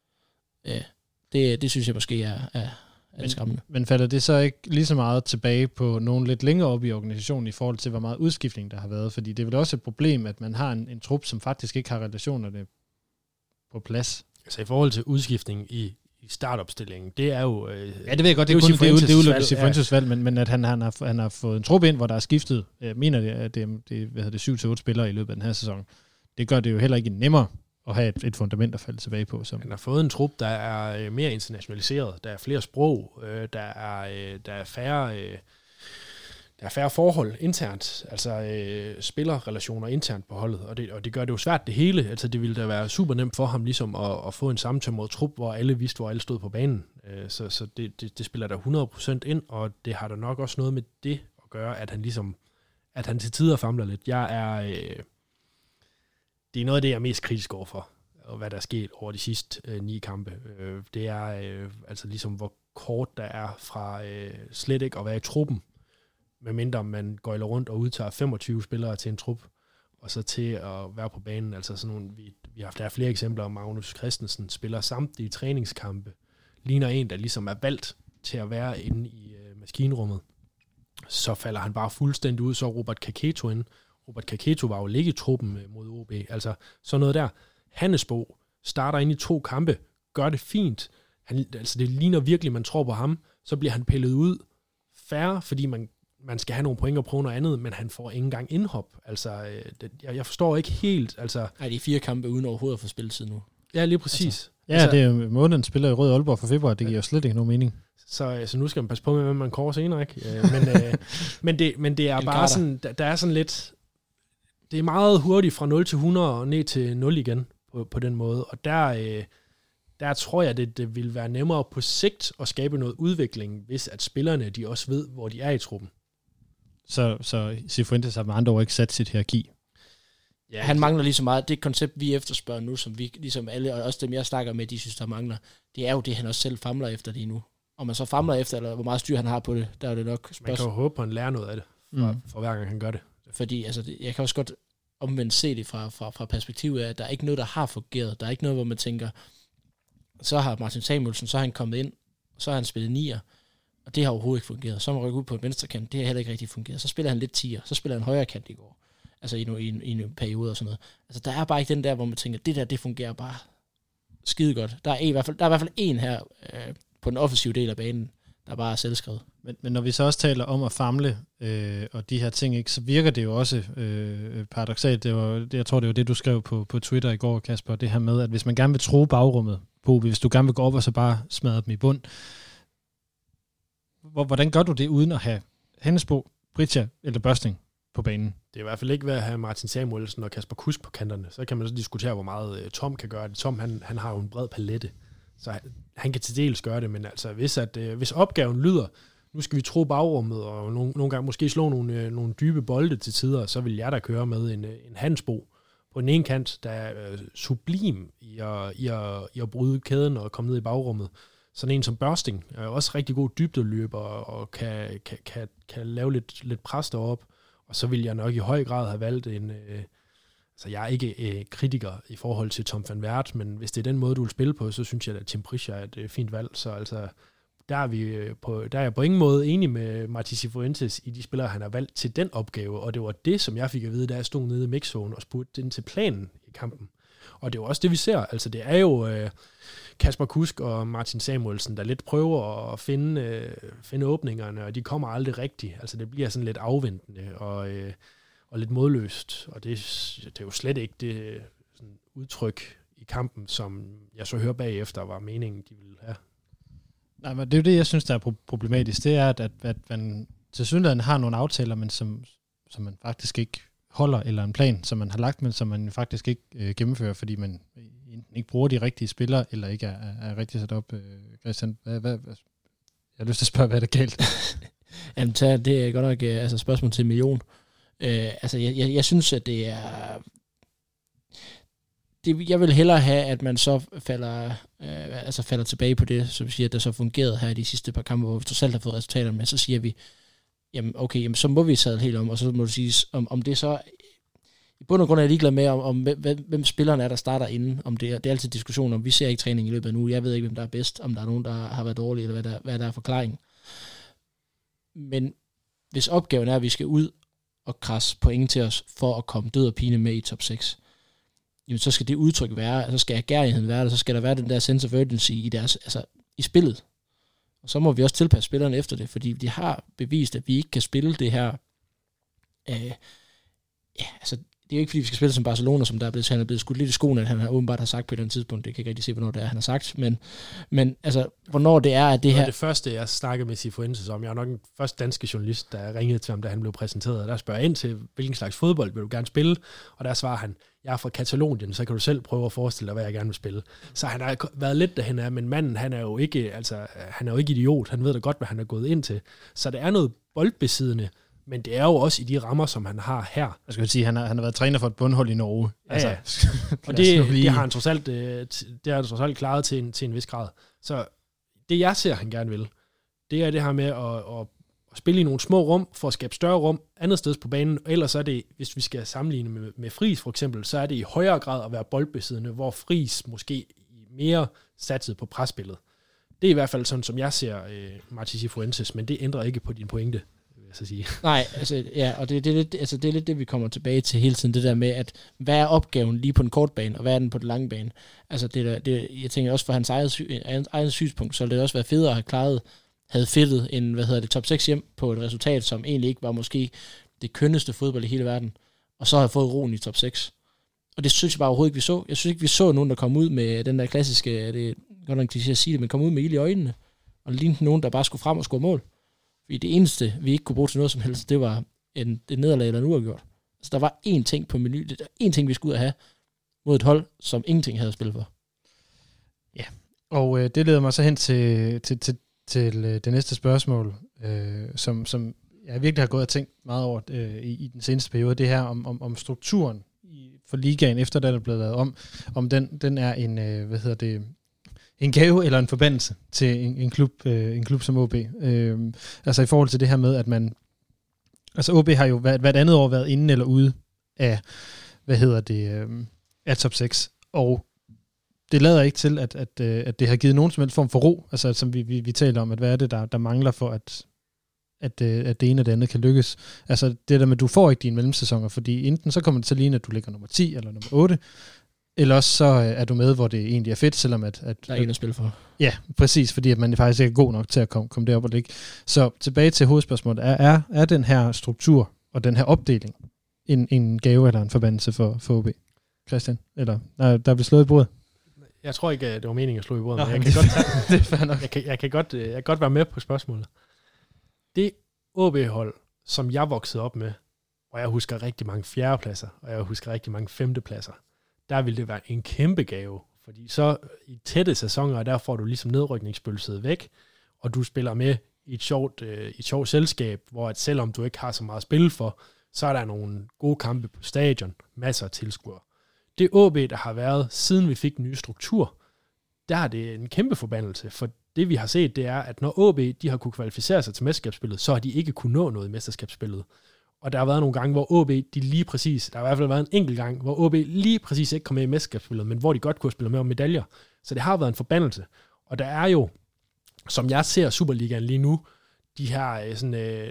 Det synes jeg måske er skræmmende. Men falder det så ikke lige så meget tilbage på nogen lidt længere op i organisationen i forhold til, hvor meget udskiftning der har været? Fordi det er vel også et problem, at man har en trup, som faktisk ikke har relationerne på plads. Altså i forhold til udskiftning i startopstillingen, det er jo... ja, det ved jeg godt, det er ulykkes Cifuentes valg, men at han har fået en trup ind, hvor der er skiftet, mener det, at det er 7-8 spillere i løbet af den her sæson. Det gør det jo heller ikke nemmere at have et fundament at falde tilbage på. Han har fået en trup, der er mere internationaliseret. Der er flere sprog. Der er færre forhold internt. Altså spillerrelationer internt på holdet. Og det gør det jo svært det hele. Altså det ville da være super nemt for ham ligesom at få en sammentømret trup, hvor alle vidste, hvor alle stod på banen. Så det spiller der 100% ind, og det har der nok også noget med det at gøre, at han til tider famler lidt. Det er noget af det, jeg er mest kritisk overfor, og hvad der er sket over de sidste 9 kampe. Det er altså ligesom, hvor kort der er fra slet ikke at være i truppen, medmindre man gøjler rundt og udtager 25 spillere til en trup, og så til at være på banen. Altså sådan nogle, der er flere eksempler, Magnus Christensen spiller samtlige træningskampe, ligner en, der ligesom er valgt til at være inde i maskinrummet. Så falder han bare fuldstændig ud, så Robert Kaketo ind. Robert Kaketo var jo ligge i truppen mod OB. Altså sådan noget der. Hannesbo starter ind i 2 kampe, gør det fint. Det ligner virkelig, man tror på ham. Så bliver han pillet ud færre, fordi man skal have nogle point og prøve noget andet, men han får ikke engang indhop. Altså, jeg forstår ikke helt. Altså, nej, det er 4 kampe uden overhovedet at få spilletid nu. Ja, lige præcis. Altså, det er jo måneden spiller i Rød Aalborg for februar, det giver jo slet ikke nogen mening. Så nu skal man passe på med, hvem man kårer senere, ikke? Men det er bare sådan, der er sådan lidt... Det er meget hurtigt fra 0 til 100 og ned til 0 igen på den måde. Og der tror jeg, det vil være nemmere på sigt at skabe noget udvikling, hvis at spillerne de også ved, hvor de er i truppen. Så Cifuentes har med andre ord ikke sat sit hierarki. Ja, han mangler lige så meget. Det koncept, vi efterspørger nu, som vi ligesom alle, og også dem, jeg snakker med, de synes, der mangler, det er jo det, han også selv famler efter lige nu. Om man så famler efter, eller hvor meget styr han har på det, der er det nok spørgsmål. Man kan jo håbe på, at han lærer noget af det, for hver gang han gør det. Fordi altså, jeg kan også godt omvendt se det fra perspektivet af, at der er ikke noget, der har fungeret. Der er ikke noget, hvor man tænker, så har Martin Samuelsen, så har han kommet ind, så har han spillet 9'er, og det har overhovedet ikke fungeret. Så har man rykket ud på en venstre kant, det har heller ikke rigtig fungeret. Så spiller han lidt 10'er, så spiller han højre kant i går. Altså i en periode og sådan noget. Altså der er bare ikke den der, hvor man tænker, det fungerer bare skide godt. Der er i hvert fald en her på den offensive del af banen, der bare er selvskrevet. Men når vi så også taler om at famle og de her ting, ikke, så virker det jo også paradoksalt. Jeg tror, det var det, du skrev på Twitter i går, Kasper, det her med, at hvis man gerne vil tro bagrummet på, hvis du gerne vil gå op og så bare smadre dem i bund, hvordan gør du det uden at have Hannesbo, Britja eller Børsting på banen? Det er i hvert fald ikke ved at have Martin Samuelsen og Kasper Kusk på kanterne. Så kan man så diskutere, hvor meget Tom kan gøre det. Tom, han har jo en bred palette. Så han kan til dels gøre det, men altså hvis opgaven lyder, nu skal vi tro bagrummet, og nogle gange måske slå nogle dybe bolde til tider, så vil jeg da køre med en Hansbo på den ene kant, der er sublim i at bryde kæden og komme ned i bagrummet. Sådan en som Børsting er også rigtig god dybdeløber og kan lave lidt pres deroppe. Og så vil jeg nok i høj grad have valgt altså jeg er ikke kritiker i forhold til Tom van Wert, men hvis det er den måde, du vil spille på, så synes jeg, at Tim Pritchard er et fint valg. Så altså, der er jeg på ingen måde enig med Martin Cifuentes i de spillere, han har valgt til den opgave, og det var det, som jeg fik at vide, da jeg stod nede i mixzone og spurgte den til planen i kampen. Og det er jo også det, vi ser. Altså, det er jo Kasper Kusk og Martin Samuelsen, der lidt prøver at finde åbningerne, og de kommer aldrig rigtigt. Altså, det bliver sådan lidt afventende og lidt modløst, og det er jo slet ikke det sådan udtryk i kampen, som jeg så hører bagefter, var meningen, de ville have. Nej, men det er jo det, jeg synes, der er problematisk. Det er, at man til synligheden har nogle aftaler, men som man faktisk ikke holder, eller en plan, som man har lagt, men som man faktisk ikke gennemfører, fordi man ikke bruger de rigtige spillere, eller ikke er rigtig sat op. Christian, hvad, jeg har lyst til at spørge, hvad er der galt? Jamen, det er godt nok spørgsmål til 1 million. Jeg synes, at det er... Jeg vil hellere have, at man så falder tilbage på det, som siger, at der så fungerede her i de sidste par kampe, hvor vi trods alt har fået resultater med, så siger vi, jamen okay, jamen, så må vi sadle helt om, og så må du sige, om det så... I bund og grund er jeg ligeglad med, om hvem spillerne er, der starter inden. Om det er altid diskussion om, vi ser ikke træning i løbet af nu. Jeg ved ikke, hvem der er bedst, om der er nogen, der har været dårlige, eller hvad der er forklaringen. Men hvis opgaven er, at vi skal ud og krasse point til os, for at komme død og pine med i top 6, jamen så skal det udtryk være, så skal agerigheden være der, så skal der være den der sense of urgency i spillet. Og så må vi også tilpasse spillerne efter det, fordi de har bevist, at vi ikke kan spille det her. Det er jo ikke, fordi vi skal spille som Barcelona, som han er blevet skudt lidt i skoene, at han har åbenbart har sagt på et eller andet tidspunkt. Det kan jeg ikke rigtig se, hvornår det er, han har sagt. Men altså, hvornår det er, at det her... Det var det første, jeg snakkede med Cifuentes om. Jeg er nok den første danske journalist, der ringede til ham, da han blev præsenteret. Og der spørger jeg ind til, hvilken slags fodbold vil du gerne spille? Og der svarer han, jeg er fra Katalonien, så kan du selv prøve at forestille dig, hvad jeg gerne vil spille. Så han har været lidt derhen af, men manden, han er jo ikke idiot. Han ved da godt, hvad han er gået ind til. Så det er noget boldbesiddende, men det er jo også i de rammer, som han har her. Jeg skal sige, han har været træner for et bundhold i Norge. Ja, altså, og det har han trods alt klaret til en vis grad. Så det, jeg ser, han gerne vil, det er det her med at spille i nogle små rum, for at skabe større rum andet sted på banen. Ellers er det, hvis vi skal sammenligne med Friis for eksempel, så er det i højere grad at være boldbesiddende, hvor Friis måske mere satset på presspillet. Det er i hvert fald sådan, som jeg ser Martin Cifuentes, men det ændrer ikke på din pointe. Så sige. Nej, og det er lidt det, vi kommer tilbage til hele tiden, det der med, at hvad er opgaven lige på den korte bane, og hvad er den på den lange bane? Altså, jeg tænker også for hans eget synspunkt, så ville det også være federe at have havde fedtet en, top 6 hjem på et resultat, som egentlig ikke var måske det kønneste fodbold i hele verden, og så have fået roen i top 6. Og det synes jeg bare overhovedet ikke, vi så. Jeg synes ikke, vi så nogen, der kom ud med den der klassiske, det er godt nok til at sige det, men kom ud med ild i øjnene, og lignede nogen, der bare skulle frem og score mål. Fordi det eneste, vi ikke kunne bruge til noget som helst, det var et nederlag eller en uafgjort. Så der var én ting på menu, det er én ting, vi skulle ud at have mod et hold, som ingenting havde spillet for. Ja, og det leder mig så hen til det næste spørgsmål, som jeg virkelig har gået og tænkt meget over i den seneste periode, det her om strukturen for ligaen, efter det er blevet lavet om den er en, en gave eller en forbandelse til en klub som OB. Altså i forhold til det her med, at man... Altså OB har jo hvert andet år været inde eller ude af, af top 6. Og det lader ikke til, at det har givet nogen som helst form for ro, altså som vi taler om, at hvad er det, der mangler for, at det ene og det andet kan lykkes. Altså det der med, at du får ikke dine mellemsæsoner, fordi enten så kommer det til at ligne, at du ligger nummer 10 eller nummer 8, eller også så er du med, hvor det egentlig er fedt, selvom at der er en at spille for. Ja, præcis, fordi at man faktisk ikke er god nok til at komme derop og ligge. Så tilbage til hovedspørgsmålet. Er den her struktur og den her opdeling en gave eller en forbandelse for OB? Christian? Eller der bliver slået i bordet? Jeg tror ikke, det var meningen at slå i bordet, Nå, men jeg kan godt det er jeg kan godt være med på spørgsmålet. Det OB-hold, som jeg voksede op med, og jeg husker rigtig mange fjerdepladser, og jeg husker rigtig mange femtepladser, der ville det være en kæmpe gave Fordi så i tætte sæsoner, der får du ligesom nedrykningspølset væk, og du spiller med i et sjovt selskab, hvor at selvom du ikke har så meget at spille for, så er der nogle gode kampe på stadion, masser af tilskuere. Det OB, der har været, siden vi fik den nye struktur, der er det en kæmpe forbandelse, for det vi har set, det er, at når OB de har kunne kvalificere sig til mesterskabsspillet, så har de ikke kunne nå noget i mesterskabsspillet. Og der har været nogle gange, hvor OB, de lige præcis, der har i hvert fald været en enkelt gang, hvor OB lige præcis ikke kom med i mesterskabsspillet, men hvor de godt kunne spille med om medaljer. Så det har været en forbandelse. Og der er jo, som jeg ser Superligaen lige nu, de her sådan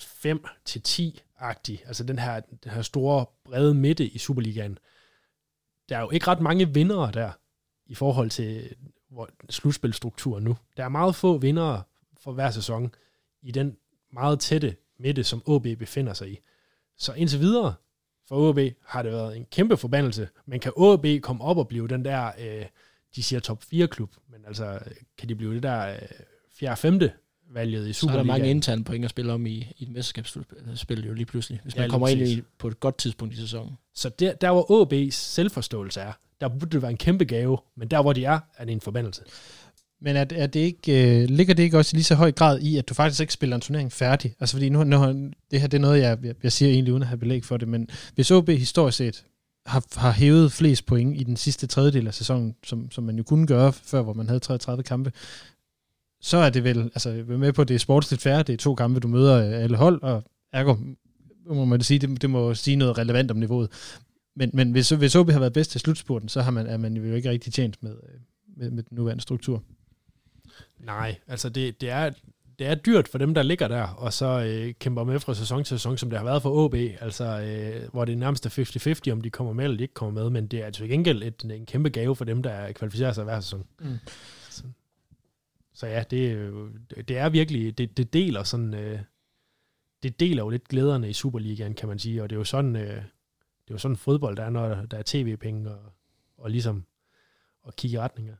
5-10-agtige, altså den her store, brede midte i Superligaen. Der er jo ikke ret mange vindere der, i forhold til slutspilstrukturen nu. Der er meget få vindere for hver sæson i den meget tætte midte, som OB befinder sig i. Så indtil videre for OB har det været en kæmpe forbandelse, men kan OB komme op og blive den der, de siger top 4-klub, men altså kan de blive det der 4.-5. valget i Superligaen. Så er der mange interne point at spille om i et mesterskabsspil jo lige pludselig, hvis man kommer ind på et godt tidspunkt i sæsonen. Så der hvor OB's selvforståelse er, der burde det være en kæmpe gave, men der hvor de er det en forbandelse. Men er det ikke, ligger det ikke også i lige så høj grad i, at du faktisk ikke spiller en turnering færdig? Altså fordi nu det her det er noget, jeg siger egentlig uden at have belæg for det, men hvis OB historisk set har hævet flest point i den sidste tredjedel af sæsonen, som man jo kunne gøre før, hvor man havde 33 kampe, så er det vel, altså med på, det er sportsligt færre, det er 2 kampe, du møder alle hold, og ergo, må man sige, det må sige noget relevant om niveauet. Men hvis OB har været bedst til slutspurten, så er man jo ikke rigtig tjent med den nuværende struktur. Nej, altså det er dyrt for dem, der ligger der, og så kæmper med fra sæson til sæson, som det har været for OB, altså hvor det er nærmest 50-50, om de kommer med eller de ikke kommer med, men det er altså ikke enkelt en kæmpe gave for dem, der kvalificerer sig hver sæson. Mm. Så ja, det er virkelig, det deler sådan, det deler jo lidt glæderne i Superligaen, kan man sige, og det er jo sådan fodbold, der er, når der er tv-penge og ligesom at kigge i retninger.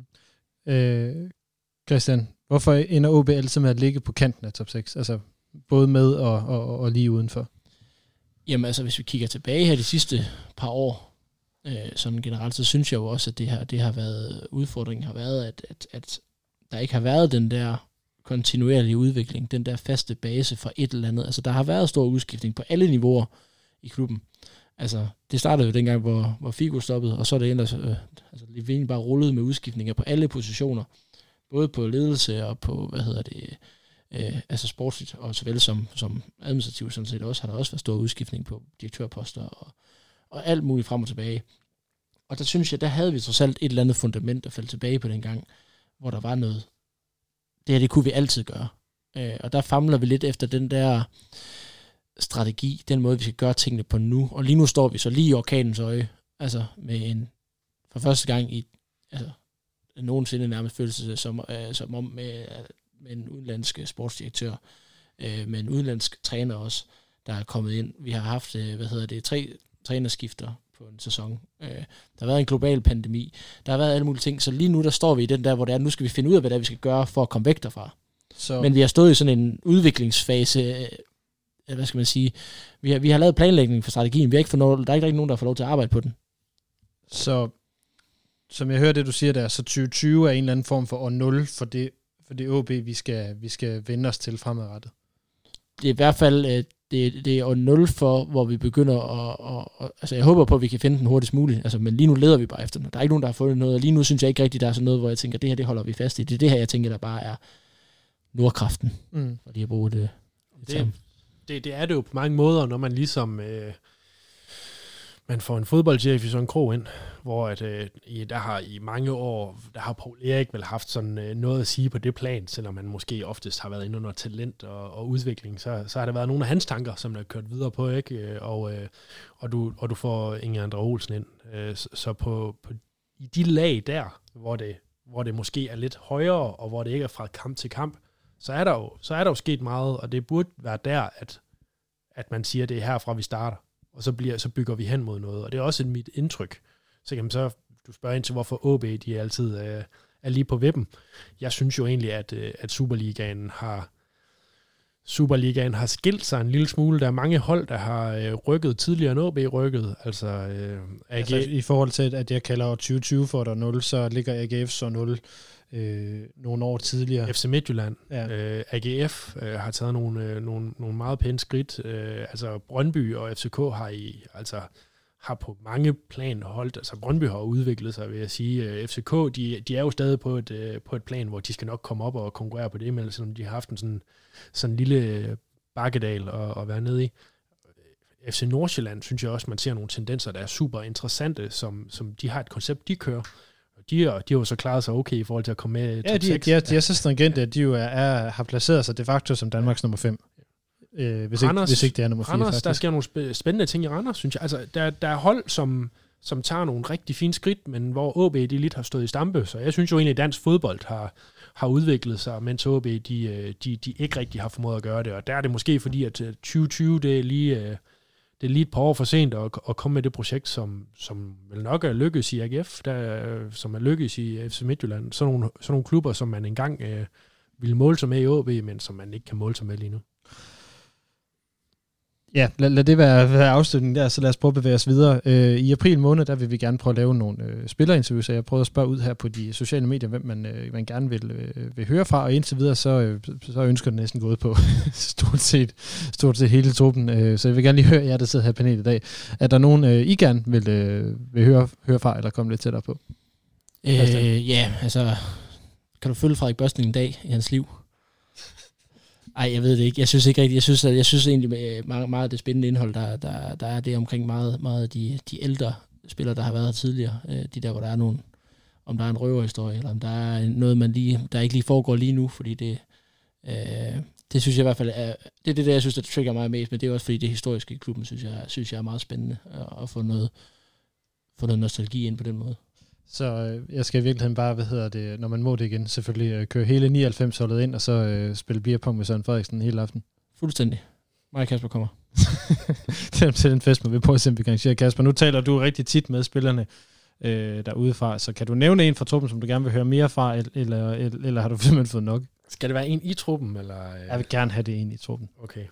Mm. Christian, hvorfor ender OB altid med at ligge på kanten af top 6? Altså både med og lige udenfor? Jamen altså, hvis vi kigger tilbage her de sidste par år, sådan generelt, så synes jeg jo også, at det har været, udfordringen har været, at der ikke har været den der kontinuerlige udvikling, den der faste base for et eller andet. Altså der har været stor udskiftning på alle niveauer i klubben. Altså det startede jo dengang, hvor Figo stoppede, og så er det ellers, altså Levin bare rullede med udskiftninger på alle positioner. Både på ledelse og på, altså sportsligt, og såvel som administrativt sådan set også, har der også været stor udskiftning på direktørposter og alt muligt frem og tilbage. Og der synes jeg, der havde vi trods alt et eller andet fundament at falde tilbage på dengang, hvor der var noget. Det kunne vi altid gøre. Og der famler vi lidt efter den der strategi, den måde, vi skal gøre tingene på nu. Og lige nu står vi så lige i orkanens øje, altså med for første gang i, altså nogensinde nærmest følelse som om med en udenlandsk sportsdirektør, med en udenlandsk træner også, der er kommet ind. Vi har haft, 3 trænerskifter på en sæson. Der har været en global pandemi. Der har været alle mulige ting. Så lige nu, der står vi i den der, hvor det er, nu skal vi finde ud af, hvad det er, vi skal gøre for at komme væk derfra. Men vi har stået i sådan en udviklingsfase, hvad skal man sige, vi har lavet planlægning for strategien. Der er ikke nogen, der får lov til at arbejde på den. Så som jeg hører det, du siger der, så 2020 er en eller anden form for år 0 for det OB, vi skal vende os til fremadrettet. Det er i hvert fald det er år 0 for, hvor vi begynder at altså jeg håber på, at vi kan finde den hurtigst muligt, altså, men lige nu leder vi bare efter den. Der er ikke nogen, der har fundet noget, og lige nu synes jeg ikke rigtigt, der er sådan noget, hvor jeg tænker, det her, det holder vi fast i. Det er det her, jeg tænker, der bare er nordkraften, for lige at bruge det. Det er det jo på mange måder, når man ligesom man får en fodboldchef i sådan en krog ind, hvor der har i mange år, der har Poul Erik vel haft sådan noget at sige på det plan, selvom man måske oftest har været inde under talent og udvikling, så har der været nogle af hans tanker, som der er kørt videre på, ikke? Og du får Inge Andre Olsen ind. Så på i de lag der, hvor det måske er lidt højere, og hvor det ikke er fra kamp til kamp, så er der jo sket meget, og det burde være der, at man siger, det er herfra, vi starter. Og så bygger vi hen mod noget. Og det er også mit indtryk. Så kan man så, du spørger ind til, hvorfor OB de altid er lige på vippen. Jeg synes jo egentlig, at Superligaen har Superligaen har skilt sig en lille smule. Der er mange hold, der har rykket tidligere end OB rykket. Altså i forhold til, at jeg kalder 2020 for der 0, så ligger AGF så 0 nogle år tidligere. FC Midtjylland. Ja. AGF har taget nogle meget pæne skridt. Brøndby og FCK har på mange plan holdt. Altså Brøndby har udviklet sig, vil jeg sige. FCK, de er jo stadig på et plan, hvor de skal nok komme op og konkurrere på det, men selvom de har haft en sådan lille bakkedal at være nede i. FC Nordsjælland, synes jeg også, man ser nogle tendenser, der er super interessante, som de har et koncept, de kører. De har jo så klaret sig okay i forhold til at komme med top 6. De er så stringente, at de jo har placeret sig de facto som Danmarks nummer 5. Hvis ikke det er nummer 4. Randers, faktisk. der sker nogle spændende ting i Randers, synes jeg. Altså, der er hold, som tager nogle rigtig fine skridt, men hvor OB de lidt har stået i stampe. Så jeg synes jo egentlig, at dansk fodbold har udviklet sig, mens OB de ikke rigtig har formået at gøre det. Og der er det måske fordi, at 2020 det er lige et par år for sent at komme med det projekt, som vel nok er lykkes i AGF, som er lykkes i FC Midtjylland. Sådan nogle klubber, som man engang ville måle sig med i OB, men som man ikke kan måle sig med lige nu. Ja, lad det være afslutningen der, så lad os prøve at bevæge os videre. I april måned, der vil vi gerne prøve at lave nogle spillerinterviews, så jeg prøvede at spørge ud her på de sociale medier, hvem man gerne vil høre fra, og indtil videre, så ønsker det næsten gået på stort set hele truppen. Så jeg vil gerne lige høre jer, der sidder her i panelet i dag. Er der nogen, I gerne vil høre fra, eller komme lidt tættere på? Kan du følge Frederik Børsting en dag i hans liv? Ej, jeg ved det ikke. Jeg synes ikke rigtigt. Jeg synes egentlig meget af det spændende indhold, der er det omkring meget af de ældre spillere, der har været her tidligere. De der, hvor der er nogen, om der er en røverhistorie, eller om der er noget, der ikke lige foregår lige nu, fordi det synes jeg i hvert fald er, det jeg synes, der trigger mig mest, men det er også fordi det historiske i klubben, synes jeg er meget spændende at få noget nostalgi ind på den måde. Så jeg skal i virkeligheden bare, når man må det igen, selvfølgelig køre hele 99-holdet ind, og så spille beerpong med Søren Frederiksen hele aften. Fuldstændig. Mig og Kasper kommer. Det er til den fest, man vil prøve at se, om vi kan arrangere. Kasper, nu taler du rigtig tit med spillerne derudefra, så kan du nævne en fra truppen, som du gerne vil høre mere fra, eller har du simpelthen fået nok? Skal det være en i truppen? Eller? Jeg vil gerne have det en i truppen. Okay.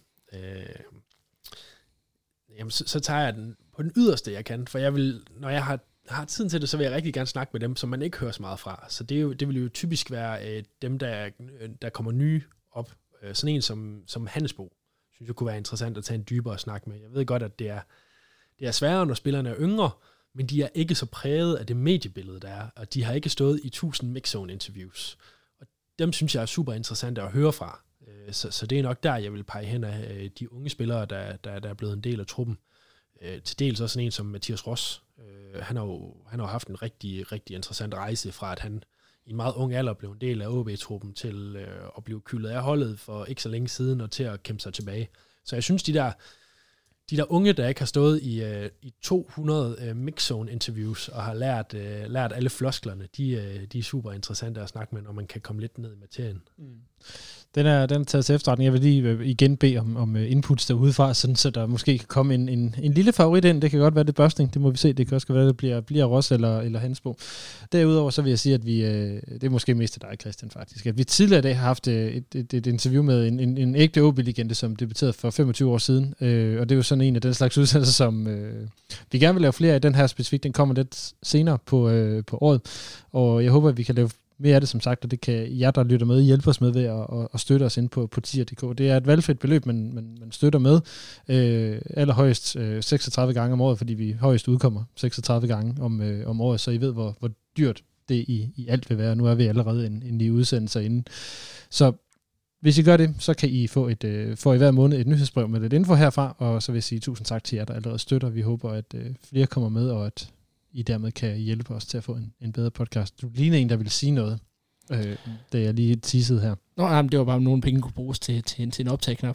Jamen, så tager jeg den på den yderste, jeg kan, for jeg vil, når jeg har tiden til det, så vil jeg rigtig gerne snakke med dem, som man ikke hører så meget fra. Så det vil jo typisk være dem, der kommer nye op. Sådan en som Handelsbo, synes jeg kunne være interessant at tage en dybere snak med. Jeg ved godt, at det er sværere, når spillerne er yngre, men de er ikke så præget af det mediebillede, der er, og de har ikke stået i 1000 mixzone interviews. Og dem synes jeg er super interessante at høre fra. Så det er nok der, jeg vil pege hen af de unge spillere, der er blevet en del af truppen. Til dels også sådan en som Mathias Ross. Han har jo haft en rigtig, rigtig interessant rejse fra, at han i en meget ung alder blev en del af OB-truppen til at blive kyldet af holdet for ikke så længe siden og til at kæmpe sig tilbage. Så jeg synes, de der unge, der ikke har stået i 200 mixzone-interviews og har lært alle flosklerne, de er super interessante at snakke med, når man kan komme lidt ned i materien. Den er taget til efterretning. Jeg vil lige igen bede om inputs derudefra, sådan så der måske kan komme en lille favorit ind. Det kan godt være det Børsting, det må vi se. Det kan også være, det bliver Ross eller Hansbo. Derudover så vil jeg sige, at det er måske mest af dig, Christian, faktisk. At vi tidligere i dag har haft et interview med en ægte OB-legende, som debuterede for 25 år siden. Og det er jo sådan en af den slags udsendelser, som vi gerne vil lave flere af. Den her specifikt, den kommer lidt senere på året. Og jeg håber, at vi kan lave mere af det, som sagt, og det kan jer, der lytter med, hjælpe os med ved at støtte os ind på tier.dk. Det er et valgfrit beløb, man støtter med. Allerhøjst 36 gange om året, fordi vi højst udkommer 36 gange om året, så I ved, hvor dyrt det i alt vil være. Nu er vi allerede en ny udsendelse inde. Så hvis I gør det, så kan I få i hver måned et nyhedsbrev med lidt info herfra, og så vil jeg sige tusind tak til jer, der allerede støtter. Vi håber, at flere kommer med, og at I dermed kan hjælpe os til at få en bedre podcast. Du ligner en, der vil sige noget, da jeg lige teasede her. Nå, det var bare, om nogle penge kunne bruges til en optagknap.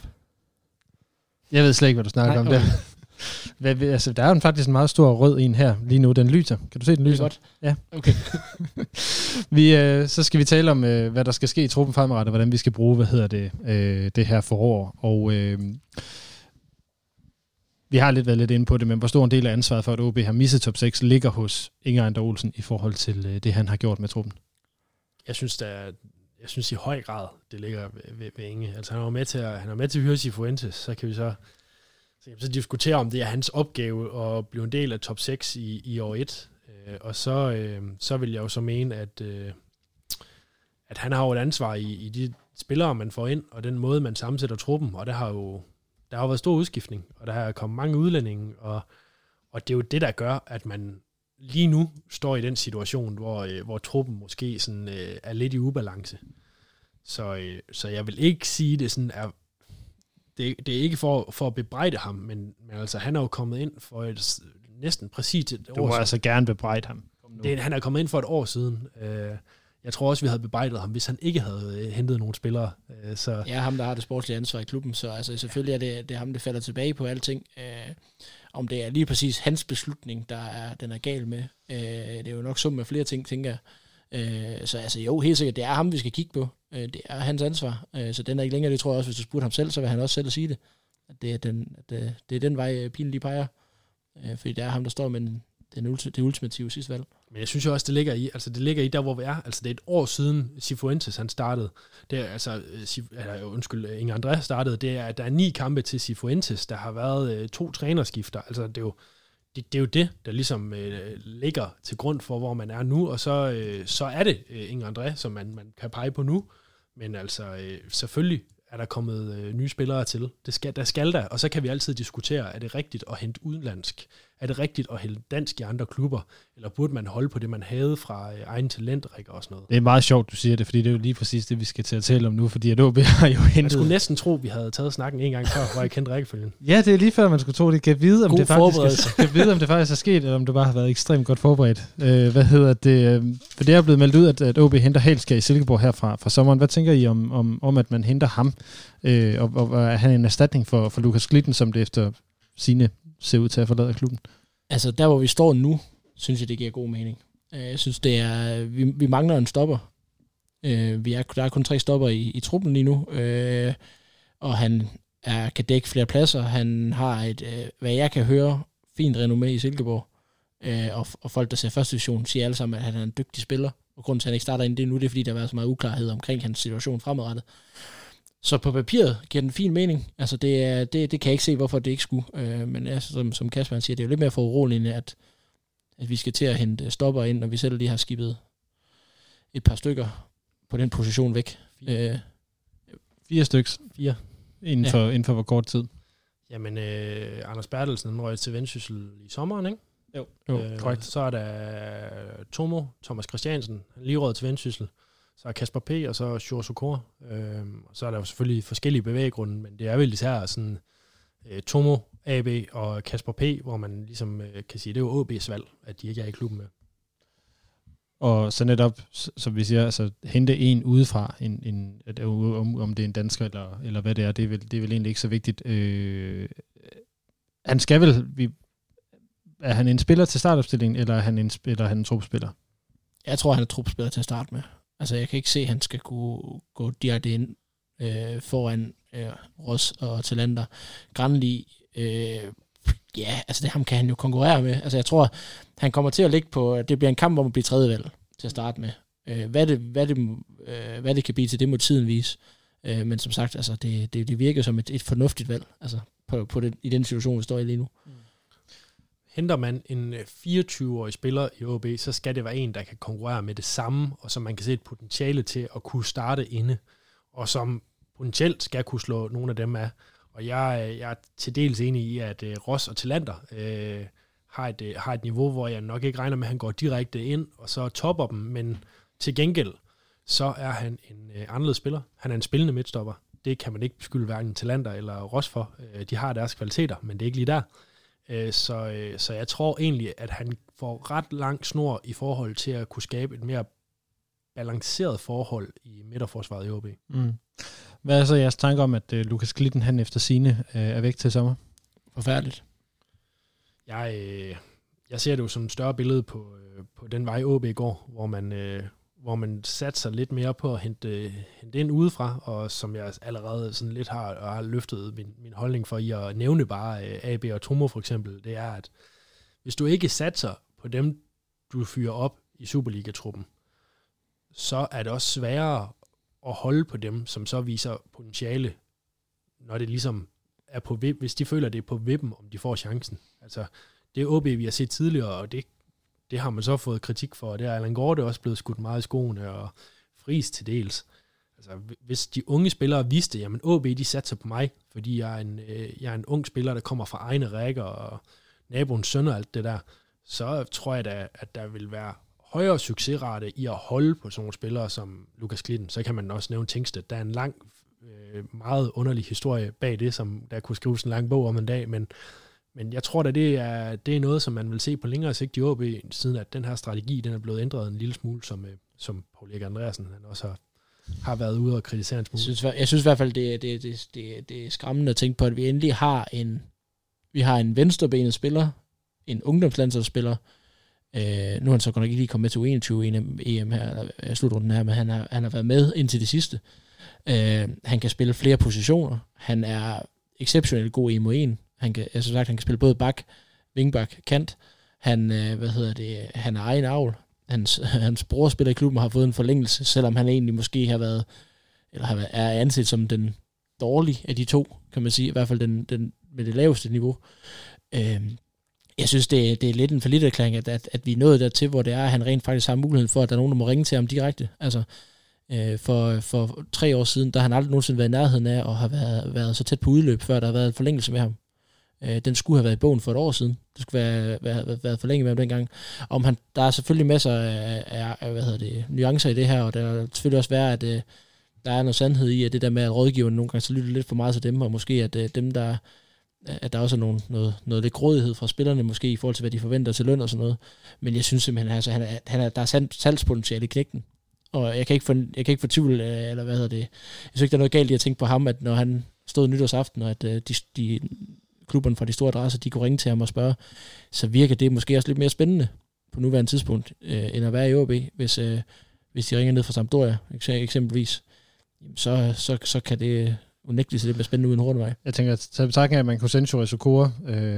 Jeg ved slet ikke, hvad du snakker om der. Altså, der er jo faktisk en meget stor rød en her lige nu. Den lyser. Kan du se, den lyser? Godt. Ja. Okay. Så skal vi tale om, hvad der skal ske i truppen fremadrettet, og hvordan vi skal bruge, det her forår. Og vi har været lidt inde på det, men hvor stor en del af ansvaret for, at OB har misset top 6, ligger hos Inger Ander Olsen i forhold til det, han har gjort med truppen? Jeg synes, jeg synes i høj grad, det ligger ved Inge. Altså han er med til at hyre Cifuentes, så kan vi så diskutere, om det er hans opgave at blive en del af top 6 i år 1. Og så vil jeg jo så mene, at han har jo et ansvar i de spillere, man får ind, og den måde, man sammensætter truppen, og der har været stor udskiftning, og der har kommet mange udlændinge, og det er jo det, der gør, at man lige nu står i den situation, hvor truppen måske sådan, er lidt i ubalance. Så jeg vil ikke sige, det sådan er... Det er ikke for at bebrejde ham, men altså, han er jo kommet ind for et næsten præcis et år siden. Du må altså gerne bebrejde ham. Han er kommet ind for et år siden. Jeg tror også, vi havde bebrejdet ham, hvis han ikke havde hentet nogle spillere. Så. Ja, ham, der har det sportslige ansvar i klubben, så altså, selvfølgelig er det ham, der falder tilbage på alting. Om det er lige præcis hans beslutning, den er gal med. Det er jo nok sum med flere ting, tænker jeg. Så altså jo, helt sikkert, det er ham, vi skal kigge på. Det er hans ansvar. Så den er ikke længere, det tror jeg også, hvis du spurgte ham selv, så vil han også selv at sige det. At det er den vej, pilen lige peger. Fordi det er ham, der står med det ultimative sidste valg. Men jeg synes jo også, det ligger i der, hvor vi er. Altså det er et år siden Cifuentes han startede. Det er altså, Inge André startede. Det er, at der er 9 kampe til Cifuentes. Der har været 2 trænerskifter. Altså det er jo det, der ligesom ligger til grund for, hvor man er nu. Og så er det Inge André, som man kan pege på nu. Men altså selvfølgelig er der kommet nye spillere til. Der skal der, og så kan vi altid diskutere, er det rigtigt at hente udenlandsk? Er det rigtigt at hente dansk i andre klubber? Eller burde man holde på det, man havde fra egen talentrække og sådan noget? Det er meget sjovt, du siger det, fordi det er jo lige præcis det, vi skal til at tale om nu, fordi at OB har jo hentet... Jeg skulle næsten tro, vi havde taget snakken en gang før, hvor jeg kendte rækkefølgen. Ja, det er lige før, man skulle tro, det kan vide, om det faktisk er sket, eller om det bare har været ekstremt godt forberedt. For det er blevet meldt ud, at OB henter Halskær i Silkeborg her fra sommeren. Hvad tænker I om at man henter ham? Og er han en erstatning for Lukas Glitten, som det efter sine ser ud til at forlade klubben? Altså, der hvor vi står nu, synes jeg, det giver god mening. Jeg synes, det er... Vi mangler en stopper. Der er kun 3 stopper i truppen lige nu. Og han kan dække flere pladser. Han har et, hvad jeg kan høre, fint renommé i Silkeborg. Og folk, der ser første division, siger alle sammen, at han er en dygtig spiller. Og grunden til, at han ikke starter ind det nu, det er, fordi der har været så meget uklarhed omkring hans situation fremadrettet. Så på papiret giver den fin mening. Altså det kan jeg ikke se, hvorfor det ikke skulle. Men altså, som Kasper siger, det er jo lidt mere for uroligende, at vi skal til at hente stopper ind, når vi selv lige har skibet et par stykker på den position væk. 4 stykker. 4. Inden for hvor kort tid? Jamen, Anders Bertelsen røg til Vendsyssel i sommeren, ikke? Jo, korrekt. Så er der Thomas Christiansen, han lige røget til Vendsyssel. Så er Kasper P. og så Sjur Sokor. Så er der jo selvfølgelig forskellige bevæggrunde, men det er vel især sådan Tomo, AB og Kasper P., hvor man ligesom kan sige, det er jo OB's valg, at de ikke er i klubben med. Og så netop, som vi siger, altså hente en udefra, om det er en dansker eller hvad det er, det er vel egentlig ikke så vigtigt. Han skal vel... Er han en spiller til startopstillingen, eller er han en trupspiller? Jeg tror, han er trupspiller til at starte med. Altså, jeg kan ikke se, at han skal kunne gå direkte ind foran Ross og Talander. Granli, altså det ham kan han jo konkurrere med. Altså, jeg tror, han kommer til at ligge på... Det bliver en kamp om at blive tredjevalg til at starte med. Hvad det kan blive til, det må tiden vise. Men som sagt, altså, det virker som et fornuftigt valg, altså, i den situation, vi står i lige nu. Henter man en 24-årig spiller i OB, så skal det være en, der kan konkurrere med det samme, og som man kan se et potentiale til at kunne starte inde, og som potentielt skal kunne slå nogle af dem af. Og jeg er til dels enig i, at Ross og Talander har et niveau, hvor jeg nok ikke regner med, at han går direkte ind, og så topper dem, men til gengæld, så er han en anderledes spiller. Han er en spillende midtstopper. Det kan man ikke beskylde hverken Talander eller Ross for. De har deres kvaliteter, men det er ikke lige der. Så jeg tror egentlig, at han får ret lang snor i forhold til at kunne skabe et mere balanceret forhold i midterforsvaret i OB. Mm. Hvad er så jeres tanke om, at Lukas Glitten, han efter sine er væk til sommer? Forfærdeligt. Jeg ser det jo som et større billede på den vej OB går, hvor man satser lidt mere på at hente ind udefra, og som jeg allerede sådan lidt har løftet min holdning for i at nævne bare AB og Tomo for eksempel, det er, at hvis du ikke satser på dem, du fyrer op i Superliga-truppen, så er det også sværere at holde på dem, som så viser potentiale, når det ligesom er på vip, hvis de føler, det er på vippen, om de får chancen. Altså, det er OB, vi har set tidligere, og det har man så fået kritik for, og det er Allan Gorte også blevet skudt meget i skoene, og Friis til dels. Altså, hvis de unge spillere vidste, jamen OB, de satser på mig, fordi jeg er en ung spiller, der kommer fra egne rækker, og naboens søn og alt det der, så tror jeg da, at der vil være højere succesrate i at holde på sådan nogle spillere som Lukas Klitten. Så kan man også nævne Tingstedt. Der er en lang, meget underlig historie bag det, som der kunne skrives en lang bog om en dag, men jeg tror da, det er noget, som man vil se på længere sigt i OB, siden at den her strategi, den er blevet ændret en lille smule, som Paul Erik Andreasen han også har været ude og kritisere en smule. Jeg synes i hvert fald, det er skræmmende at tænke på, at vi endelig har en venstrebenet spiller, en ungdomslandsholdsspiller. Nu er han så godt nok ikke lige kommet med til 21 EM her, slutrunden her, men han har været med indtil det sidste. Han kan spille flere positioner. Han er exceptionelt god i 1-1. Han kan spille både bak, vingbak, kant. Han er egen avl. Hans bror spiller i klubben og har fået en forlængelse, selvom han egentlig måske har været, eller er anset som den dårlige af de to, kan man sige, i hvert fald den med det laveste niveau. Jeg synes, det er lidt en forlitterklæring, at vi er nået dertil, hvor det er, at han rent faktisk har muligheden for, at der er nogen, der må ringe til ham direkte. Altså, for 3 år siden, der har han aldrig nogensinde været i nærheden af, og har været så tæt på udløb, før der har været en forlængelse med ham. Den skulle have været i bogen for et år siden. Det skulle været forlænget med ham dengang. Der er selvfølgelig masser af nuancer i det her, og der er selvfølgelig også være, at der er noget sandhed i, at det der med, at rådgiverne nogle gange så lytter lidt for meget til dem, og måske at dem, at der også er noget lidt grådighed fra spillerne, måske i forhold til, hvad de forventer til løn og sådan noget. Men jeg synes simpelthen, altså, der er salgspotentiale i knægten. Og jeg kan ikke få tvivl, eller jeg synes ikke, der er noget galt i at tænke på ham, at når han stod nytårsaften, og at de klubberne fra de store adresser, de kunne ringe til ham og spørge, så virker det måske også lidt mere spændende på nuværende tidspunkt, end at være i OB, hvis de ringer ned fra Sampdoria, eksempelvis. Så kan det unægteligt se lidt mere spændende uden Hornevej. Jeg tænker, at tage betragtning af, at man kunne sende Shoei Sokora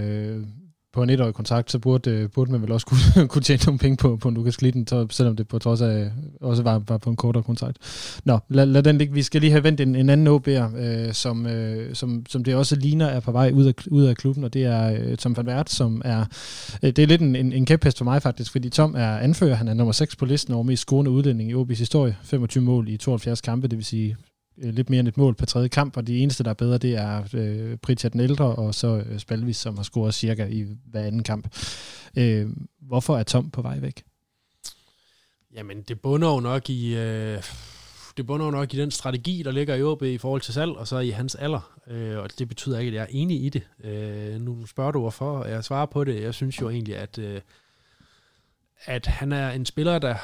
på en 1-årig kontrakt, så burde man vel også kunne tjene nogle penge på Lukas Klitten, selvom det på trods af også var på en kortere kontrakt. Nå, lad den ligge. Vi skal lige have vendt en anden OB'er, som det også ligner er på vej ud af klubben, og det er Tom van Wert, som er det er lidt en kæphest for mig faktisk, fordi Tom er anfører, han er nummer 6 på listen over mest scorende udlænding i OB's historie, 25 mål i 72 kampe, det vil sige lidt mere end et mål per tredje kamp, og de eneste, der er bedre, det er Pritchard den ældre, og så Spalvis, som har scoret cirka i hver anden kamp. Hvorfor er Tom på vej væk? Jamen, det bunder jo nok i den strategi, der ligger i OB i forhold til salg, og så i hans alder. Og det betyder ikke, at jeg er enig i det. Nu spørger du hvorfor, og jeg svarer på det. Jeg synes jo egentlig, at han er en spiller, der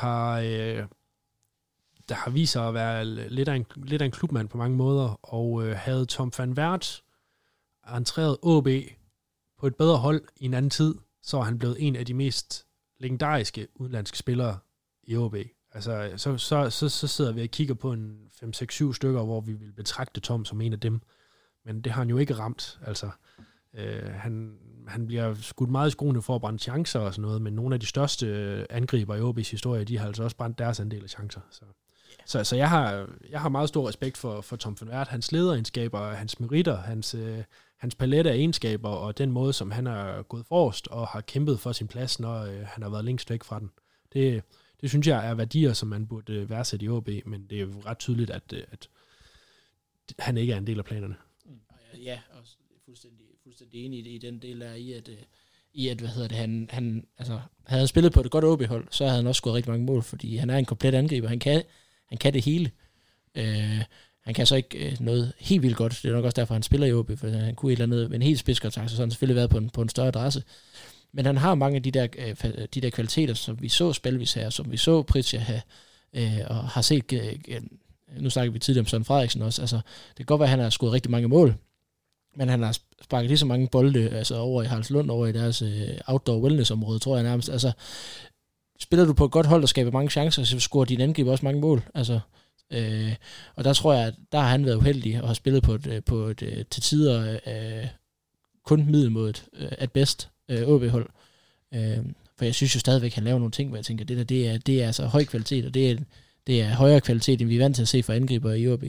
har vist sig at være lidt af en klubmand på mange måder, og havde Tom van Wert entreret OB på et bedre hold i en anden tid, så er han blevet en af de mest legendariske udenlandske spillere i OB. Altså, så sidder vi og kigger på en 5-6-7 stykker, hvor vi vil betragte Tom som en af dem, men det har han jo ikke ramt. Altså, han bliver skudt meget i skoene for at brænde chancer og sådan noget, men nogle af de største angriber i OB's historie, de har altså også brændt deres andel af chancer. Så jeg har meget stor respekt for Tom van Wert, hans lederegenskaber, hans meritter, hans palet af egenskaber, og den måde, som han er gået forrest og har kæmpet for sin plads, når han har været længst væk fra den. Det synes jeg er værdier, som man burde værdsætte i OB, men det er jo ret tydeligt, at han ikke er en del af planerne. Ja, og fuldstændig enig i den del der i at han havde han spillet på et godt OB-hold, så havde han også scoret rigtig mange mål, fordi han er en komplet angriber. Han kan det hele. Han kan så ikke noget helt vildt godt. Det er nok også derfor, han spiller i OB, for han kunne et eller andet med en helt spidskontakt, så han selvfølgelig været på en større adresse. Men han har mange af de der kvaliteter, som vi så Spalvis her, som vi så Pritchard have, og har set, nu snakker vi tidligere om Søren Frederiksen også, altså det kan godt være, at han har scoret rigtig mange mål, men han har sparket lige så mange bolde altså over i Haraldslund, over i deres outdoor wellness-område, tror jeg nærmest. Altså, spiller du på et godt hold, der skaber mange chancer, så scorer din angriber også mange mål. Altså, og der tror jeg, at der har han været uheldig og har spillet på et til tider kun middelmådet at bedst OB-hold. For jeg synes jo stadigvæk, at han laver nogle ting, hvor jeg tænker, det er altså høj kvalitet, og det Det er højere kvalitet, end vi er vant til at se for angriber i OB.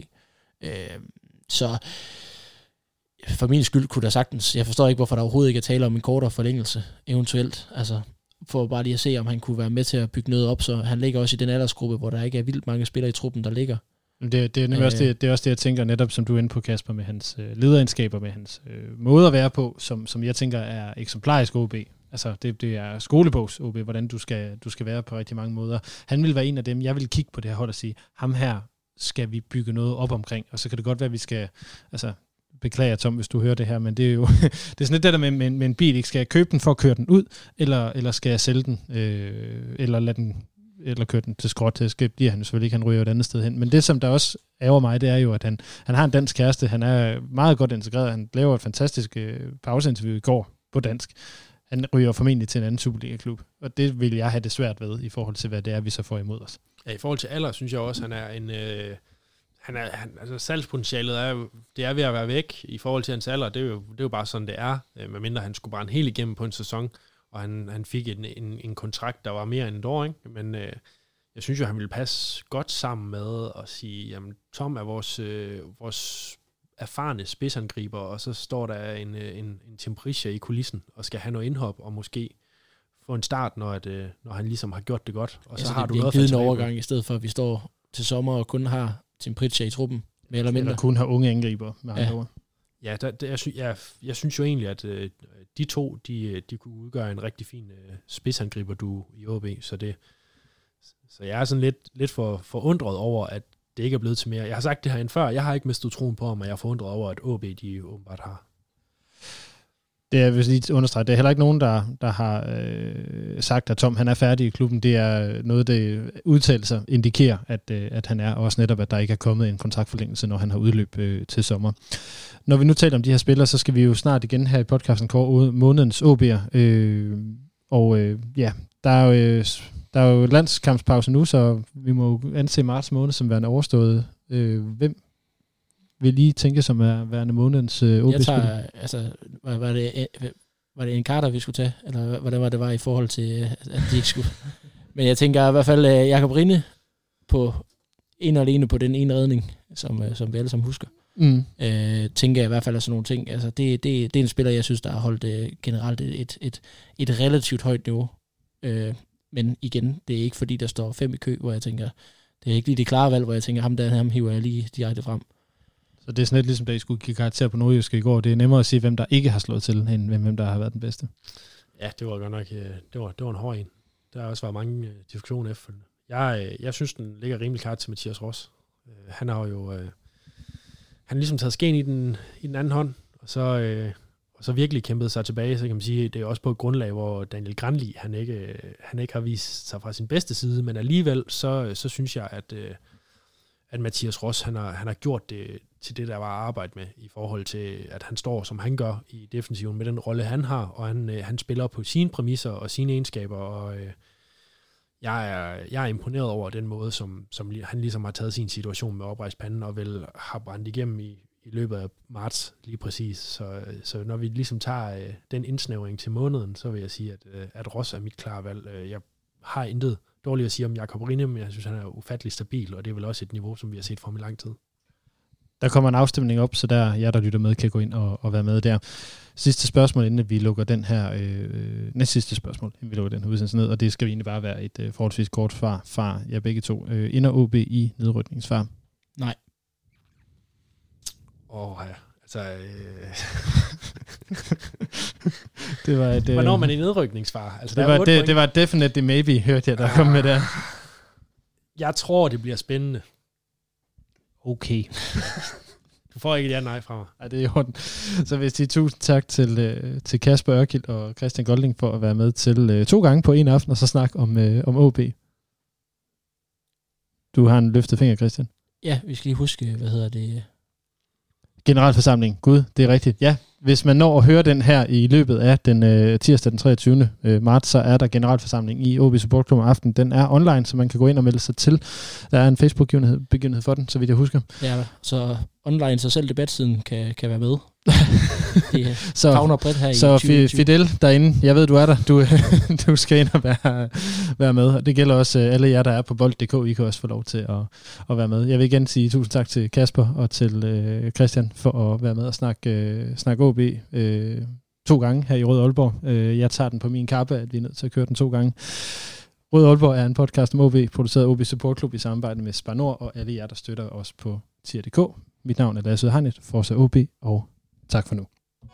Så for min skyld kunne der sagtens, jeg forstår ikke, hvorfor der overhovedet ikke er tale om en kortere forlængelse, eventuelt, altså for bare lige at se, om han kunne være med til at bygge noget op, så han ligger også i den aldersgruppe, hvor der ikke er vildt mange spillere i truppen, der ligger. Det er også det, er også det, jeg tænker netop, som du er inde på, Kasper, med hans lederegenskaber, med hans måde at være på, som jeg tænker er eksemplarisk OB. Altså, det er skolebogs OB, hvordan du skal være på rigtig mange måder. Han vil være en af dem, jeg vil kigge på det her hold og sige, ham her skal vi bygge noget op omkring, og så kan det godt være, at vi skal, altså, beklager Tom, hvis du hører det her, men det er jo, det er sådan lidt det der med en bil, ikke? Skal jeg købe den for at køre den ud, eller skal jeg sælge den, eller køre den til skrot, det bliver han selvfølgelig ikke, han ryger et andet sted hen. Men det, som der også ærger mig, det er jo, at han har en dansk kæreste, han er meget godt integreret, han laver et fantastisk pauseinterview i går på dansk. Han ryger formentlig til en anden Superliga-klub, og det vil jeg have det svært ved, i forhold til, hvad det er, vi så får imod os. Ja, i forhold til alder, synes jeg også, han er en... altså salgspotentialet er ved at være væk i forhold til hans alder. Det er jo bare sådan, det er. Medmindre han skulle brænde helt igennem på en sæson, og han fik en kontrakt, der var mere end et år, ikke? Men jeg synes jo, han ville passe godt sammen med at sige, jamen Tom er vores erfarne spidsangriber, og så står der en Tim Pritchard i kulissen, og skal have noget indhop, og måske få en start, når han ligesom har gjort det godt. Og så har du noget en overgang, i stedet for at vi står til sommer og kun har Tim Pritchard i truppen, mere eller mindre. Eller kun har unge angriber med andre ord. Ja, jeg synes jo egentlig, at de to, de kunne udgøre en rigtig fin spidsangriber i OB, så jeg er sådan lidt for forundret over, at det ikke er blevet til mere. Jeg har sagt det herinde før, jeg har ikke mistet troen på ham, og jeg er forundret over, at OB de åbenbart har. Det er, hvis lige understrege, det er heller ikke nogen, der har sagt, at Tom han er færdig i klubben. Det er noget, det udtalelser indikerer, at han er, og også netop, at der ikke er kommet en kontraktforlængelse, når han har udløb til sommer. Når vi nu taler om de her spillere, så skal vi jo snart igen her i podcasten kåre månedens OB'er. Der er jo landskampspause nu, så vi må anse marts måned som værende overstået. Hvem vil lige tænke som er værende månedens OB-spiller? Jeg tager, altså, var det en Carter, vi skulle tage? Eller hvordan var det i forhold til, at de ikke skulle? Men jeg tænker i hvert fald, Jakob Rinde på en og alene på den ene redning, som vi alle sammen husker. Tænker jeg i hvert fald af sådan nogle ting. Altså, det er en spiller, jeg synes, der har holdt generelt et relativt højt niveau. Men igen, det er ikke fordi, der står 5 i kø, hvor jeg tænker, det er ikke lige det klare valg, hvor jeg tænker, ham hiver jeg lige direkte frem. Så det er sådan lidt ligesom, da I skulle give karakter på Nordjysk i går. Det er nemmere at sige, hvem der ikke har slået til, end hvem der har været den bedste. Ja, det var godt nok, det var en hård en. Der har også været mange diskussioner efterfølgende. Jeg synes, den ligger rimelig klart til Mathias Ross. Han har jo han ligesom taget skeen i den anden hånd, og så virkelig kæmpet sig tilbage, så kan man sige, det er også på et grundlag, hvor Daniel Granli, han ikke har vist sig fra sin bedste side, men alligevel, så synes jeg, at Mathias Ross, han har gjort det til det, der var at arbejde med, i forhold til, at han står, som han gør i defensiven, med den rolle, han har, og han spiller på sine præmisser og sine egenskaber, og jeg er imponeret over den måde, som han ligesom har taget sin situation med oprejspanden, og vel har brændt igennem i løbet af marts lige præcis. Så når vi ligesom tager den indsnævring til måneden, så vil jeg sige, at Ross er mit klare valg. Jeg har intet dårligt at sige om Jakob Rinde, men jeg synes, han er ufattelig stabil, og det er vel også et niveau, som vi har set fra ham i lang tid. Der kommer en afstemning op, så der lytter med, kan gå ind og være med der. Sidste spørgsmål, inden vi lukker den her, næstsidste spørgsmål, inden vi lukker den her udsendelse ned, og det skal egentlig bare være et forholdsvis kort svar fra jer begge to. Ender OB i nedrykningsfar? Nej. Det var et, hvornår er man i nedrykningsfar? Altså, det var definitely maybe, hørte jeg, der kom med der. Jeg tror, det bliver spændende. Okay. Du får ikke et ja-nej fra mig. Nej, det er i orden. Så vil jeg sige tusind tak til Kasper Ørkild og Christian Golding for at være med til 2 gange på en aften, og så snakke om OB. Du har en løftet finger, Christian. Ja, vi skal lige huske, Generalforsamling. Gud, det er rigtigt. Ja, hvis man når at høre den her i løbet af den tirsdag den 23. marts, så er der generalforsamling i OB Support Club om aftenen. Den er online, så man kan gå ind og melde sig til. Der er en Facebook-begivenhed for den, så vidt jeg husker. Ja, så online, så selv debatsiden kan være med. Det favner bredt her i så 2020. Fidel derinde, jeg ved, du er der. Du skal ind og være med. Og det gælder også alle jer, der er på bold.dk. I kan også få lov til at være med. Jeg vil igen sige tusind tak til Kasper og til Christian for at være med og snakke OB 2 gange her i Rød Aalborg. Jeg tager den på min kappe, at vi er nødt til at køre den 2 gange. Rød Aalborg er en podcast om OB, produceret af OB Support Club i samarbejde med Spar Nord og alle jer, der støtter os på tier.dk. Mit navn er Lasse Hegnet, Forza OB, og tak for nu.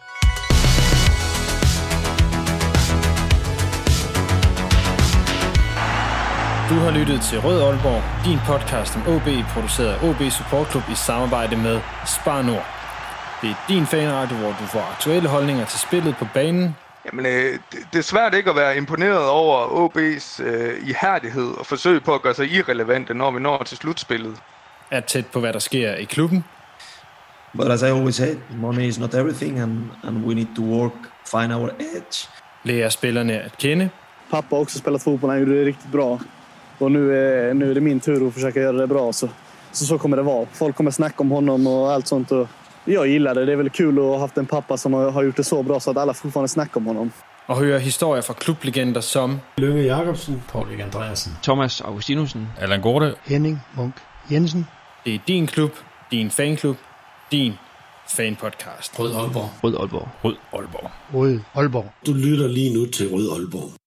Du har lyttet til Rød Aalborg, din podcast om OB, produceret af OB Support Club i samarbejde med Spar Nord. Det er din fanradio, hvor du får aktuelle holdninger til spillet på banen. Jamen, det er svært ikke at være imponeret over OB's ihærdighed og forsøg på at gøre sig irrelevante, når vi når til slutspillet. Er tæt på, hvad der sker i klubben. But as I always say, money is not everything, and we need to work, find our edge. Lærer spillerne at kende. Pappa har också spelat fotboll, han gjorde det riktigt bra. Och nu är det min tur att försöka göra det bra, så kommer det vara. Folk kommer snacka om honom och allt sånt. Och jag gillar det. Det är väl kul att ha haft en pappa som har gjort det så bra så att alla fortfarande snackar om honom. Og høre historier fra klublegender som Lønge Jacobsen, Paul Andreasen, Thomas Augustinussen, Allan Gorte, Henning Munk Jensen. det er din klub, din fanklub, din fanpodcast. Rød Aalborg. Rød Aalborg. Rød Aalborg. Rød Aalborg. du lytter lige nu til Rød Aalborg.